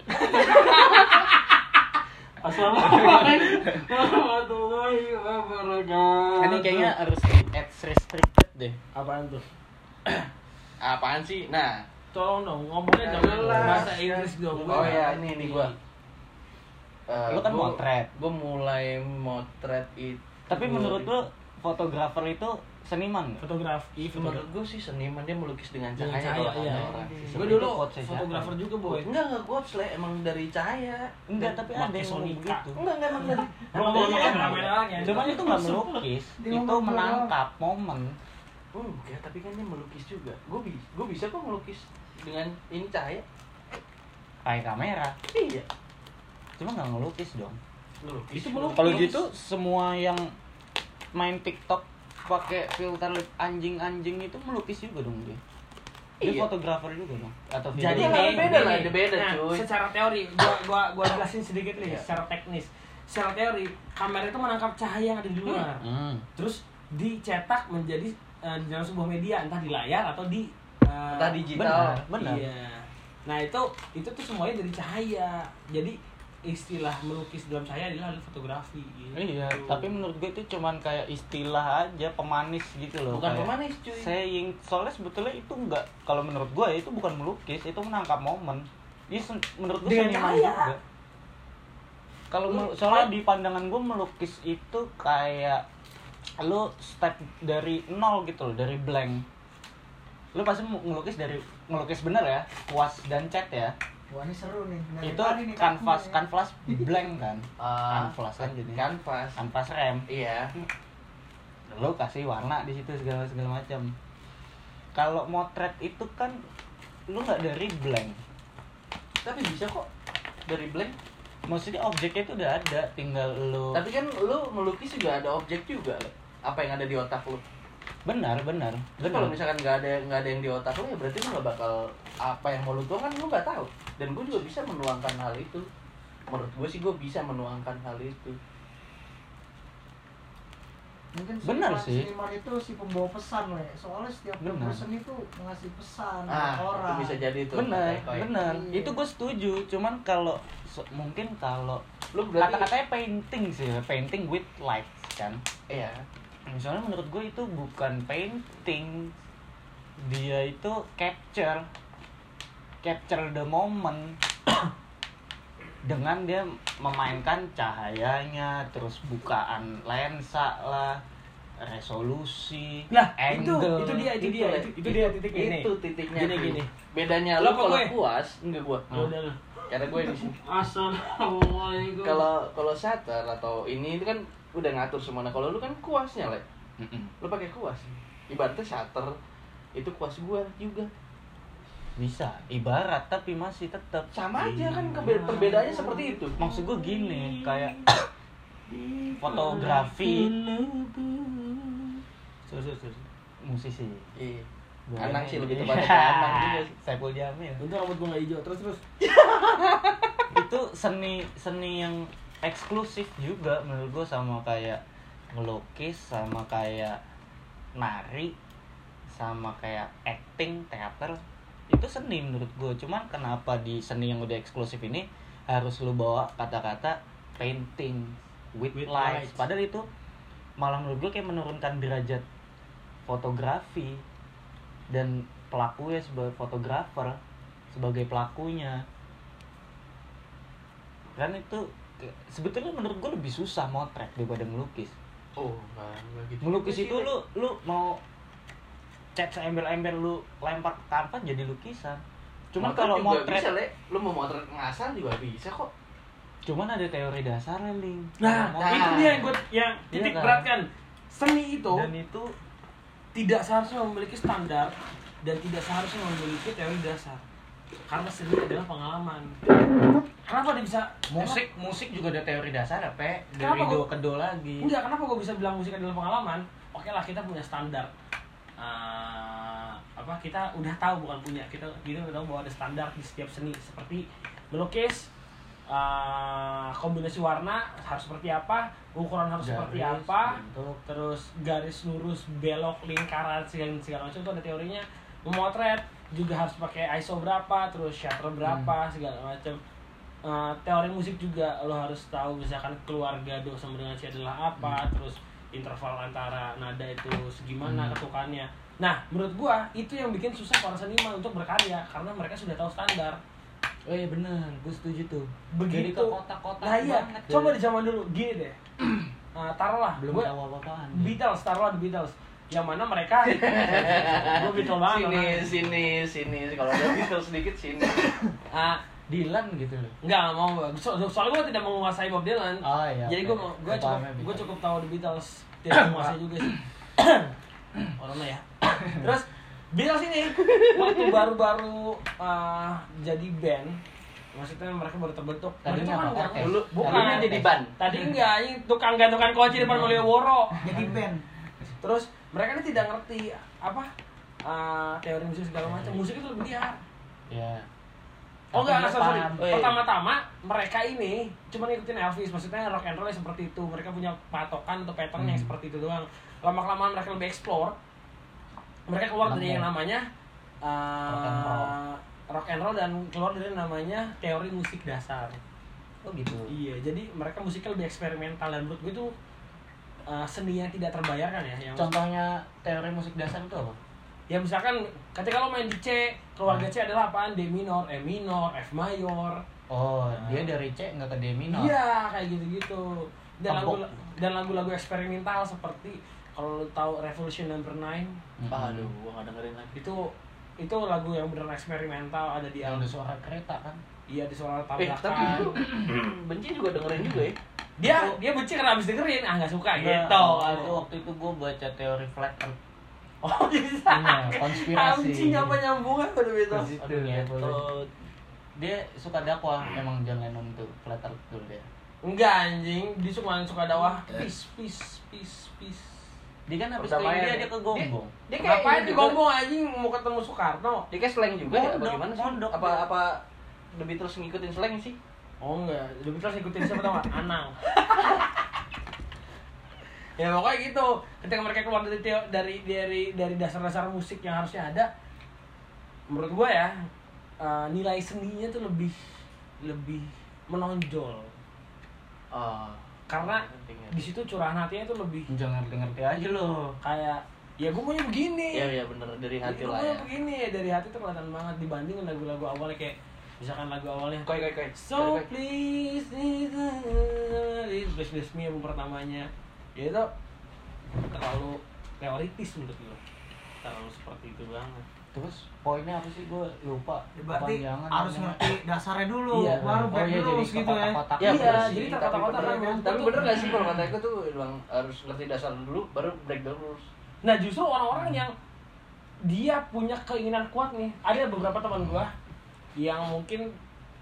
Speaker 2: Assalamualaikum warahmatullahi wabarakatuh.
Speaker 1: Ini kayaknya harus ads restricted deh.
Speaker 2: Apaan tuh?
Speaker 3: Apaan sih? Nah,
Speaker 2: Tolong dong ngomongnya jangan
Speaker 3: Jelas.
Speaker 2: bahasa Inggris dong.
Speaker 3: oh ya ini gua.
Speaker 1: Lu kan motret.
Speaker 3: Gua mulai motret itu.
Speaker 1: Tapi menurut lu fotografer itu seniman nggak?
Speaker 2: Fotografi,
Speaker 3: menurut gua sih seniman dia melukis dengan
Speaker 2: Dengan
Speaker 3: cahaya.
Speaker 2: cahaya,
Speaker 3: kalau
Speaker 2: iya.
Speaker 3: kata orang.
Speaker 2: Gue
Speaker 1: Itu
Speaker 2: dulu
Speaker 1: quotes siapa?
Speaker 2: fotografer juga boy.
Speaker 3: Enggak quotes lah, emang dari cahaya.
Speaker 1: Enggak, tapi ada
Speaker 2: Pakai
Speaker 1: yang ngomong
Speaker 2: Sonica.
Speaker 1: begitu.
Speaker 3: Enggak emang dari.
Speaker 2: Emang
Speaker 1: Ngomongnya
Speaker 2: ngomongnya
Speaker 1: kan
Speaker 2: kamera ya.
Speaker 1: Cuman itu nggak melukis,
Speaker 4: Dia
Speaker 1: itu
Speaker 4: ngomong
Speaker 1: menangkap momen.
Speaker 3: Enggak, tapi kan dia melukis juga. Gua bisa kok melukis dengan ini cahaya.
Speaker 1: Pakai kamera,
Speaker 3: Iya.
Speaker 1: cuma nggak ngelukis dong.
Speaker 3: Ngelukis.
Speaker 2: Itu melukis.
Speaker 1: Kalau gitu semua yang main TikTok pakai filter lip anjing-anjing itu melukis juga dong dia. Dia
Speaker 3: Iya.
Speaker 1: fotografer juga dong. Atau
Speaker 2: Jadi
Speaker 3: Iya,
Speaker 2: nih,
Speaker 3: beda lah,
Speaker 2: nih.
Speaker 3: beda,
Speaker 2: Nah,
Speaker 3: cuy.
Speaker 2: secara teori, gua jelasin sedikit nih,
Speaker 3: Iya.
Speaker 2: secara teknis. Secara teori, kamera itu menangkap cahaya yang ada di luar. Terus dicetak menjadi di dalam sebuah media, entah di layar atau di
Speaker 3: Entah digital.
Speaker 1: Benar.
Speaker 2: Iya. Nah itu tuh semuanya dari cahaya. Jadi istilah melukis dalam cahaya adalah fotografi. Gitu.
Speaker 1: Iya, tapi menurut gue itu cuman kayak istilah aja, pemanis gitu loh.
Speaker 3: Bukan
Speaker 1: kayak
Speaker 3: pemanis, cuy.
Speaker 1: Saying, soalnya sebetulnya itu enggak, kalau menurut gue itu bukan melukis, itu menangkap momen. Menurut gue
Speaker 4: Dengan
Speaker 1: seniman
Speaker 4: cahaya.
Speaker 1: juga. soalnya di pandangan gue melukis itu kayak lu step dari nol gitu loh, dari blank. Lu pasti ngelukis bener ya, kuas dan cat ya.
Speaker 4: Wah ini seru nih. Dari
Speaker 1: Itu
Speaker 4: tadi nih
Speaker 1: kanvas
Speaker 4: kakinya.
Speaker 1: kanvas blank kan. Kanvas kan jadi.
Speaker 3: Kanvas
Speaker 1: Rem.
Speaker 3: iya.
Speaker 1: Lu kasih warna di situ segala macam. Kalau motret itu kan lu nggak dari blank.
Speaker 3: Tapi bisa kok dari blank.
Speaker 1: Maksudnya objeknya itu udah ada, tinggal lu.
Speaker 3: Tapi kan lu melukis juga ada objek juga, Le. Apa yang ada di otak lu?
Speaker 1: Benar.
Speaker 3: Terus kalau misalkan nggak ada yang di otak lu, ya berarti lu nggak bakal apa yang mau lu tuang kan lu nggak tahu. Dan gue juga bisa menuangkan hal itu. Menurut gue sih gue bisa menuangkan hal itu.
Speaker 4: Mungkin
Speaker 1: Benar sih.
Speaker 4: seniman itu si pembawa pesan Le. Soalnya setiap
Speaker 1: Benar.
Speaker 4: person itu ngasih pesan ke
Speaker 3: Itu
Speaker 4: orang.
Speaker 3: bisa jadi tuh.
Speaker 1: benar.
Speaker 4: Iya.
Speaker 1: Itu gue setuju. Cuman kalau mungkin kalau
Speaker 3: Lu berarti
Speaker 1: kata-katanya painting sih, painting with light kan.
Speaker 3: iya.
Speaker 1: Misalnya menurut gue itu bukan painting, dia itu capture the moment dengan dia memainkan cahayanya, terus bukaan lensa lah, resolusi,
Speaker 2: Nah,
Speaker 1: angle.
Speaker 2: itu dia titiknya ini.
Speaker 3: Itu titiknya.
Speaker 2: Gini.
Speaker 3: Bedanya
Speaker 2: Lo
Speaker 3: lu
Speaker 2: apa
Speaker 3: kalau
Speaker 2: gue?
Speaker 3: puas, enggak gua.
Speaker 2: Ya udah lu.
Speaker 3: Karena gue di sini.
Speaker 2: Assalamualaikum.
Speaker 3: Kalau shutter atau ini itu kan udah ngatur semua. Nah, kalau lu kan kuasnya, Le. Lu pakai kuas. Ibaratnya shutter itu kuas gua juga.
Speaker 1: Bisa ibarat tapi masih tetap
Speaker 3: Sama aja kan perbedaannya seperti itu.
Speaker 1: maksud gue gini, kayak fotografi musisi
Speaker 3: Iya.
Speaker 1: Boleh
Speaker 3: Anang
Speaker 1: nih.
Speaker 3: sih lebih tepatnya ke Anang juga sih.
Speaker 1: Saipul Jamil.
Speaker 2: Untung rambut gua nggak hijau. Terus.
Speaker 1: Itu seni yang eksklusif juga menurut gue, sama kayak ngelukis, sama kayak nari, sama kayak acting, teater. Itu seni menurut gue. Cuman kenapa di seni yang udah eksklusif ini harus lu bawa kata-kata painting with lights.
Speaker 2: lights.
Speaker 1: Padahal itu malah menurut gue kayak menurunkan derajat fotografi dan pelakunya sebagai fotografer, sebagai pelakunya. Kan itu sebetulnya menurut gue lebih susah motret daripada melukis.
Speaker 3: Oh, enggak gitu.
Speaker 1: Melukis itu lu mau cat seember-ember lu lempar ke kanvas jadi lukisan. Cuman kalau
Speaker 3: juga
Speaker 1: motret,
Speaker 3: bisa, Le. Lu mau motret ngasal juga bisa kok.
Speaker 1: cuman ada teori dasarnya, Ling.
Speaker 2: Nah,
Speaker 1: Kalau motret-
Speaker 2: itu dia yang titik
Speaker 1: Iya kan?
Speaker 2: berat kan. Seni itu
Speaker 1: dan itu
Speaker 2: tidak seharusnya memiliki standar dan tidak seharusnya memiliki teori dasar. Karena seni adalah pengalaman. Kenapa dia bisa
Speaker 1: musik juga ada teori dasar ya, Pe. Dari
Speaker 2: Kenapa
Speaker 1: do
Speaker 2: gua-
Speaker 1: ke do lagi.
Speaker 2: Enggak, kenapa gue bisa bilang musik adalah pengalaman? Oke lah, kita punya standar. Kita udah tahu, bukan punya, kita udah tahu bahwa ada standar di setiap seni, seperti melukis, kombinasi warna harus seperti apa, ukuran harus seperti
Speaker 1: Garis,
Speaker 2: apa,
Speaker 1: bentuk.
Speaker 2: terus garis lurus, belok, lingkaran, segala macam itu ada teorinya. Memotret juga harus pakai ISO berapa, terus shutter berapa, segala macam. Teori musik juga lo harus tahu, misalkan keluarga do sama dengan si adalah apa, terus interval antara nada itu segimana ketukannya. Nah, menurut gua itu yang bikin susah para seniman untuk berkarya, karena mereka sudah tahu standar.
Speaker 1: Oh iya benar, gue setuju tuh.
Speaker 2: Begitu.
Speaker 1: Jadi ke kotak-kotak
Speaker 2: Nah iya,
Speaker 1: banget.
Speaker 2: coba di zaman dulu gini deh. Taruhlah
Speaker 1: belum
Speaker 2: gua
Speaker 1: tahu apa-apaan.
Speaker 2: taruhlah The Beatles. Yang mana mereka gua Beatles banget orangnya.
Speaker 3: Sini. Kalau ada Beatles sedikit sini.
Speaker 1: Dylan gitu loh.
Speaker 2: Enggak mau gua. Soalnya gue tidak menguasai Bob Dylan.
Speaker 1: Oh iya.
Speaker 2: Jadi gue cukup tahu The Beatles. Tidak menguasai juga sih. Orangnya ya. Terus Beatles ini waktu baru-baru jadi band, maksudnya mereka baru terbentuk.
Speaker 1: Tadinya
Speaker 2: Mereka
Speaker 1: apa?
Speaker 2: kan
Speaker 1: Orkes.
Speaker 3: Dulu
Speaker 2: bukan
Speaker 3: dulunya jadi ban.
Speaker 2: Tadi enggak, ini tukang gantungan kunci depan Malioboro.
Speaker 4: Jadi band.
Speaker 2: Terus mereka ini tidak ngerti apa teori musik segala macam. Musik itu lebih liar.
Speaker 1: Ya.
Speaker 2: Oh enggak,
Speaker 1: Tapi
Speaker 2: sorry.
Speaker 1: paham.
Speaker 2: Pertama-tama mereka ini cuma ngikutin Elvis, maksudnya rock and roll yang seperti itu. Mereka punya patokan atau pattern yang seperti itu doang. Lama-kelamaan mereka lebih explore. Mereka keluar dari yang namanya rock and roll dan keluar dari namanya teori musik dasar.
Speaker 1: Oh gitu.
Speaker 2: Iya, jadi mereka musiknya lebih eksperimental dan menurut gue itu seni yang tidak terbayarkan ya. Yang
Speaker 1: Contohnya teori musik dasar itu apa?
Speaker 2: ya misalkan ketika lo main di C, keluarga C adalah apaan? D minor, E minor, F mayor,
Speaker 1: Oh, dia dari C nggak ke D minor.
Speaker 2: Iya, kayak gitu-gitu. Dan
Speaker 1: Kebok.
Speaker 2: lagu-lagu eksperimental seperti kalau lu tahu Revolution Number 9,
Speaker 3: Aduh, gua nggak dengerin lagi.
Speaker 2: itu lagu yang benar eksperimental, ada di
Speaker 1: Yang
Speaker 2: album.
Speaker 1: ada suara kereta kan.
Speaker 2: Iya, di suara
Speaker 3: Tapi
Speaker 2: tabrakan.
Speaker 3: lu benci juga dengerin juga ya.
Speaker 2: Dia benci karena habis dengerin, nggak suka
Speaker 1: Enggak,
Speaker 2: gitu.
Speaker 1: waktu itu gue baca teori flat earth.
Speaker 2: Oh, bisa.
Speaker 1: Iya, konspirasi.
Speaker 2: Anjing apa nyambungnya pada itu?
Speaker 1: Ke situ
Speaker 3: Aduh,
Speaker 1: ya,
Speaker 3: ngetot.
Speaker 1: boleh. Dia suka dakwah, emang John Lennon tuh flat earth tuh dia.
Speaker 2: Enggak anjing, dia suka dakwah peace.
Speaker 1: Dia kan habis ke
Speaker 3: Perdamaian
Speaker 1: India
Speaker 3: ya?
Speaker 1: dia ke Gombong.
Speaker 3: Dia kayak
Speaker 2: Ngapain
Speaker 3: ini
Speaker 2: di
Speaker 3: juga.
Speaker 2: Gombong anjing mau ketemu Soekarno?
Speaker 3: Dia kayak slang juga ya?
Speaker 1: Mondok,
Speaker 3: Bagaimana sih?
Speaker 1: mondok.
Speaker 3: Apa The Beatles ngikutin slang sih?
Speaker 2: Oh enggak, The Beatles ikutin siapa tau gak? Anang. Ya pokoknya gitu. Ketika mereka keluar dari dasar-dasar musik yang harusnya ada, menurut gua ya nilai seninya tuh lebih menonjol.
Speaker 3: Oh,
Speaker 2: Karena
Speaker 3: penting ya.
Speaker 2: di situ curahan hatinya tuh lebih
Speaker 1: Jangan ngerti aja lo.
Speaker 2: kayak ya gue maunya begini.
Speaker 3: Iya bener dari hati
Speaker 2: Gue
Speaker 3: lah
Speaker 2: maunya
Speaker 3: ya.
Speaker 2: begini ya, dari hati tuh kelihatan banget dibandingin lagu-lagu awalnya kayak misalkan lagu awalnya
Speaker 3: Koi.
Speaker 2: So please Bless Me album pertamanya. Ya itu terlalu teoritis menurut gue. Terlalu seperti itu banget.
Speaker 1: Terus poinnya apa sih, gue lupa.
Speaker 4: Berarti
Speaker 1: Kepanjangan
Speaker 4: harus
Speaker 1: namanya.
Speaker 4: ngerti dasarnya dulu,
Speaker 2: Iya,
Speaker 4: baru
Speaker 1: Oh
Speaker 4: break
Speaker 1: iya,
Speaker 4: dulu
Speaker 1: jadi
Speaker 4: gitu ya.
Speaker 1: kotak-kotak.
Speaker 3: Ya,
Speaker 2: Iya,
Speaker 3: bener sih,
Speaker 2: jadi
Speaker 3: tapi
Speaker 2: terkotak-kotak
Speaker 3: bener-
Speaker 2: kan.
Speaker 3: Tapi bener gak sih kalau kata aku tuh bilang harus ngerti dasar dulu baru breakdown terus.
Speaker 2: Nah justru orang-orang yang dia punya keinginan kuat nih, ada beberapa teman gua yang mungkin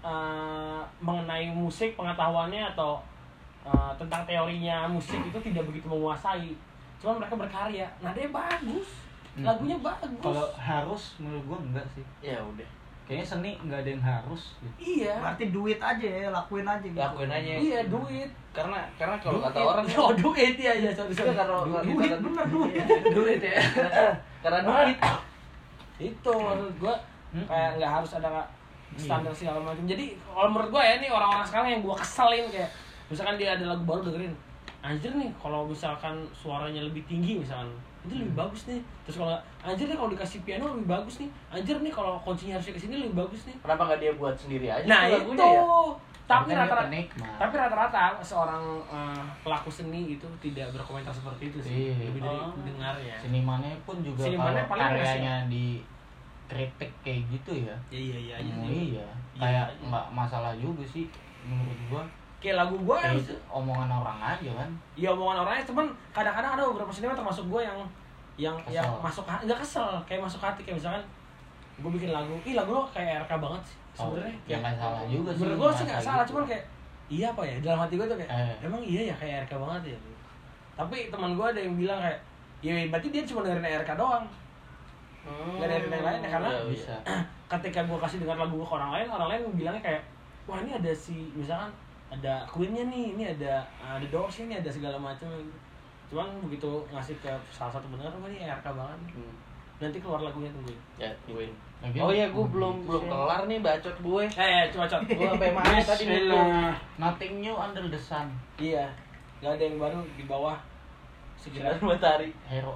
Speaker 2: mengenai musik pengetahuannya atau tentang teorinya musik itu tidak begitu menguasai, cuman mereka berkarya, nadanya bagus, lagunya bagus.
Speaker 1: Kalau harus menurut gue enggak sih.
Speaker 3: Ya udah.
Speaker 1: Kayaknya seni nggak ada yang harus.
Speaker 2: Iya,
Speaker 4: Berarti duit aja ya, lakuin aja gitu.
Speaker 3: Lakuin aja.
Speaker 2: iya duit.
Speaker 3: Karena kalau kata
Speaker 2: Duit.
Speaker 3: orang
Speaker 2: Oh duit ya, ya sorry.
Speaker 3: Iya, kalau
Speaker 2: Duit bener duit.
Speaker 3: duit ya. Karena duit.
Speaker 2: Itu menurut gua kayak nggak harus ada standar
Speaker 1: Iya.
Speaker 2: segala macam. Jadi kalau menurut gua ya nih orang-orang sekarang yang gua keselin kayak misalkan dia ada lagu baru dengerin, anjir nih kalau misalkan suaranya lebih tinggi misalkan itu lebih bagus nih. Terus kalau nggak, anjir nih kalau dikasih piano lebih bagus nih. Anjir nih kalau kuncinya harusnya kesini lebih bagus nih.
Speaker 3: Kenapa nggak dia buat sendiri aja
Speaker 2: Nah
Speaker 3: tuh
Speaker 2: itu.
Speaker 3: lagunya ya?
Speaker 2: Tapi
Speaker 1: Kan dia
Speaker 2: rata-rata
Speaker 1: penikmat.
Speaker 2: tapi rata-rata seorang pelaku seni itu tidak berkomentar seperti itu sih.
Speaker 1: Iya.
Speaker 2: Lebih dari dengarnya.
Speaker 1: Senimannya pun juga
Speaker 2: Senimannya
Speaker 1: kalau
Speaker 2: paling
Speaker 1: karyanya dikritik kayak gitu ya.
Speaker 2: Iya
Speaker 1: Iya. Kayak nggak masalah juga sih menurut gua.
Speaker 2: Kayak lagu gua
Speaker 1: Kayak itu omongan orang aja kan.
Speaker 2: ya omongan orangnya, cuman kadang-kadang ada beberapa seniman termasuk gue yang
Speaker 1: Kesel.
Speaker 2: masuk hati, nggak kesel, kayak masuk hati, kayak misalkan gue bikin lagu, lagu lo kayak RK banget sih sebenarnya.
Speaker 1: Ya nggak salah juga sih.
Speaker 2: Menurut gue sih nggak
Speaker 1: merasa
Speaker 2: salah,
Speaker 1: gitu.
Speaker 2: cuman kayak iya apa ya, dalam hati gue tuh kayak emang iya ya kayak RK banget ya. Tapi teman gue ada yang bilang kayak ya berarti dia cuma dengerin RK doang, nggak dengerin yang lain ya, karena
Speaker 3: Iya,
Speaker 1: bisa.
Speaker 2: ketika gue kasih dengar lagu ke orang lain bilangnya kayak wah ini ada si misalkan ada Queen-nya nih, ini ada Doors ini ada segala macam. Cuman begitu ngasih ke salah satu bener, wah ini RK banget. Nanti keluar lagunya tungguin.
Speaker 3: Ya, gue.
Speaker 1: Lagian
Speaker 3: Oh iya, gue belum
Speaker 1: gitu sih.
Speaker 3: kelar nih bacot gue.
Speaker 2: Coba cot.
Speaker 3: Gue sampai mana tadi
Speaker 2: Bismillah.
Speaker 3: nutup.
Speaker 1: Nothing new under the sun.
Speaker 2: Iya, nggak ada yang baru di bawah
Speaker 3: Sinar
Speaker 2: sekitar.
Speaker 3: matahari.
Speaker 1: Hero.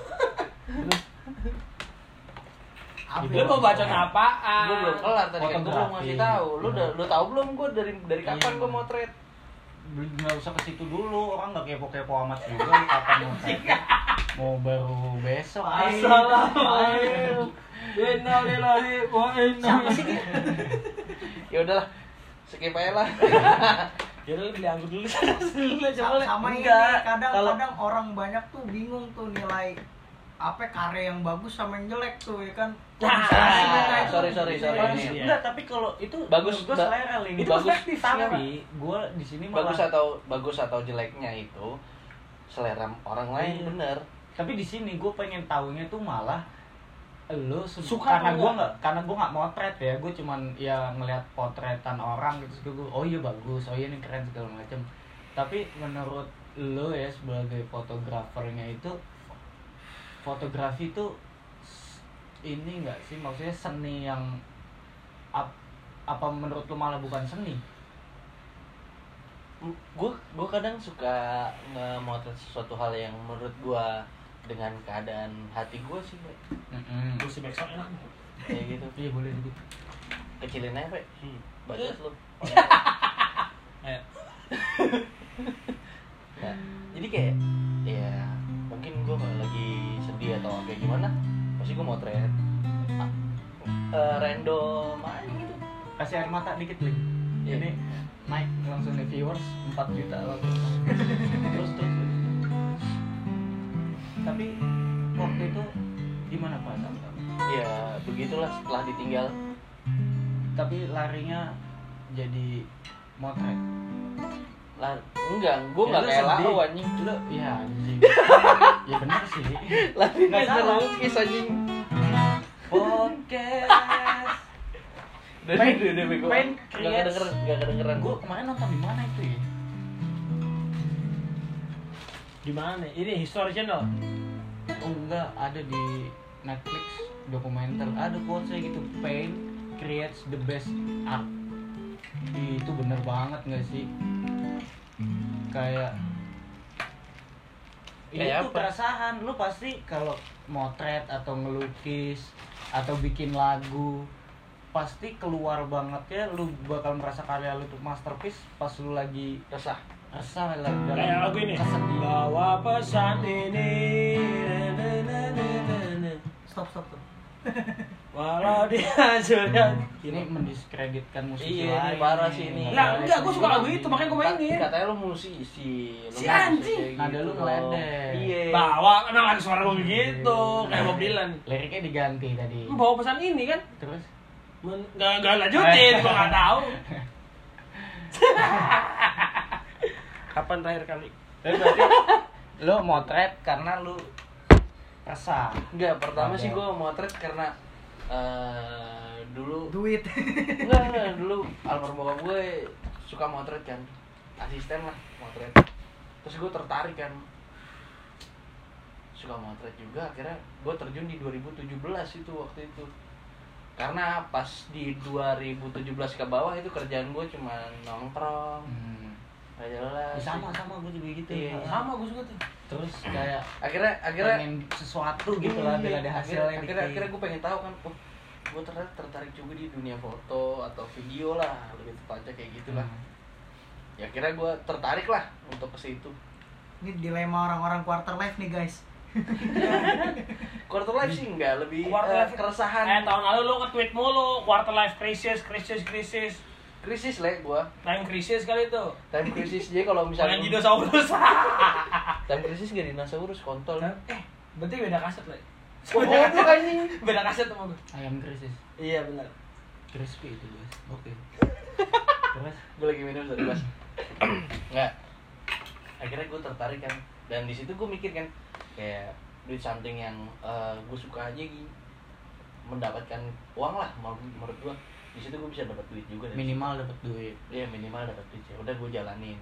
Speaker 4: Apa
Speaker 2: Lu
Speaker 4: ya?
Speaker 2: mau bacot apaan?
Speaker 3: Gue belum kelar tadi kan gue belum
Speaker 1: Fotografi.
Speaker 3: ngasih tahu. Lu tahu belum gue dari kapan
Speaker 1: Iya.
Speaker 3: gue mau trade?
Speaker 1: Nggak usah ke situ dulu, orang nggak kepo-kepo amat juga kapan mau trade. Mau baru besok.
Speaker 2: Assalamualaikum. Innalillahi wa inna
Speaker 3: Ya udahlah. Skip aja lah.
Speaker 2: Ya udah beli anggur dulu sana dulu coba Le.
Speaker 4: Sama ini
Speaker 1: Enggak,
Speaker 4: kadang-kadang orang banyak tuh bingung tuh nilai apa karya yang bagus sama yang jelek tuh ya kan.
Speaker 2: Nah,
Speaker 3: sorry.
Speaker 2: Iya.
Speaker 1: Enggak, tapi kalau itu
Speaker 3: Bagus,
Speaker 1: gue selera Ling.
Speaker 3: itu bagus.
Speaker 1: perspektif. Tapi gue di sini malah
Speaker 3: bagus atau jeleknya itu selera orang lain
Speaker 1: Iya.
Speaker 3: bener.
Speaker 1: tapi di sini gue pengen taunya tuh malah lu
Speaker 2: Suka
Speaker 1: karena
Speaker 2: atau
Speaker 1: gue
Speaker 2: enggak?
Speaker 1: nggak motret ya, gue cuman ya ngelihat potretan orang gitu, terus gue oh iya bagus, oh iya ini keren segala macam. Tapi menurut lu ya sebagai fotografernya itu, fotografi itu ini enggak sih, maksudnya seni yang apa menurut lu malah bukan seni?
Speaker 3: Gue kadang suka nge-motret sesuatu hal yang menurut gue dengan keadaan hati gue sih, Pak.
Speaker 2: Terus si Backsound enak.
Speaker 3: Kayak gitu.
Speaker 1: Iya boleh gitu.
Speaker 3: Kecilin aja, Pak. bacot lu.
Speaker 2: Ayo.
Speaker 3: Nah, jadi kayak ya mungkin gue kalau lagi sedih atau kayak gimana pasti gue motret random aja gitu.
Speaker 1: Kasih air mata dikit link.
Speaker 3: Iya.
Speaker 1: Ini naik langsung nih viewers 4 juta langsung. terus. Tapi waktu itu gimana perasaan kamu?
Speaker 3: Ya begitulah setelah ditinggal.
Speaker 1: Tapi larinya jadi motret.
Speaker 3: Lah enggak, gue nggak
Speaker 1: lu
Speaker 3: kayak
Speaker 1: sedih.
Speaker 3: lau anjing.
Speaker 1: Lu ya anjing. Ya benar sih.
Speaker 3: Larinya
Speaker 1: Nggak salah.
Speaker 3: ngelukis anjing.
Speaker 1: Podcast.
Speaker 3: Udah bego.
Speaker 1: Pain
Speaker 3: Nggak kedengeran.
Speaker 1: Gue kemarin nonton di mana itu ya?
Speaker 2: Di mana? Ini History Channel.
Speaker 1: Oh enggak, ada di Netflix dokumenter. Ada quotes gitu, pain creates the best art. Itu bener banget nggak sih? Kayak
Speaker 3: Kayak
Speaker 1: itu
Speaker 3: apa?
Speaker 1: keresahan. Lu pasti kalau motret atau ngelukis atau bikin lagu pasti keluar banget ya, lu bakal merasa karya lu itu masterpiece pas lu lagi
Speaker 3: Resah.
Speaker 1: resah dalam
Speaker 2: Kayak lagu ini.
Speaker 1: kesedihan.
Speaker 2: Bawa pesan ini.
Speaker 4: Stop.
Speaker 2: Walau dia sudah.
Speaker 1: Ini mendiskreditkan musisi
Speaker 3: Iya,
Speaker 1: lain.
Speaker 3: ini parah sih ini.
Speaker 2: Lah, enggak, gua suka lagu itu, makanya gua mainin.
Speaker 3: Katanya lu musisi. Lu
Speaker 2: Si
Speaker 3: musisi
Speaker 2: anjing.
Speaker 3: kayak
Speaker 1: Nada lu
Speaker 3: gitu
Speaker 1: ngeledek.
Speaker 3: dong. Iya.
Speaker 2: Bawa, emang lagi suara gue begitu, kayak Bob Dylan.
Speaker 1: Liriknya diganti tadi.
Speaker 2: Bawa pesan ini kan?
Speaker 1: Terus
Speaker 2: Nggak lanjutin, gua nggak tahu. Kapan terakhir kali?
Speaker 1: tapi berarti lu motret karena lu resah.
Speaker 3: Enggak, pertama
Speaker 1: Ada.
Speaker 3: sih gue motret karena dulu
Speaker 4: Duit.
Speaker 3: enggak dulu almarhum bokap gue suka motret kan, asisten lah motret, terus gue tertarik kan, suka motret juga, akhirnya gue terjun di 2017 itu waktu itu, karena pas di 2017 ke bawah itu kerjaan gue cuma nongkrong nggak jelas.
Speaker 1: sama gue juga gitu.
Speaker 3: Iya.
Speaker 2: Sama gue juga tuh.
Speaker 1: Terus kayak
Speaker 3: akhirnya
Speaker 1: pengen sesuatu gitu lah biar ada hasilnya
Speaker 3: akhirnya gue pengen tahu kan, oh gue tertarik juga di dunia foto atau video lah, lebih tepatnya kayak gitulah. Ya akhirnya gue tertarik lah untuk ke situ.
Speaker 4: Ini dilema orang-orang quarter life nih guys.
Speaker 3: Quarter life sih enggak, lebih
Speaker 2: Quarter life
Speaker 3: keresahan.
Speaker 2: tahun lalu lu nge-tweet mulu, quarter life crisis.
Speaker 3: Krisis lah gue.
Speaker 2: Time crisis kali itu.
Speaker 3: Time krisis jadi kalau misalnya
Speaker 2: Dengan dinosaurus.
Speaker 3: time krisis gak dinosaurus kontol.
Speaker 2: Berarti beda kaset lah.
Speaker 3: Oh, anjing.
Speaker 2: Beda kaset sama gue.
Speaker 1: ayam krisis.
Speaker 2: Iya benar.
Speaker 1: Crispy itu guys. Oke. Terus
Speaker 3: Gue lagi minum tadi Mas. Enggak. Akhirnya gue tertarik kan, dan di situ gue mikir kan kayak duit something yang gue suka aja gitu, mendapatkan uang lah menurut gue. Di situ gue bisa dapat duit juga dari
Speaker 1: minimal dapat duit.
Speaker 3: Iya, minimal dapat duit ya. Udah gue jalanin.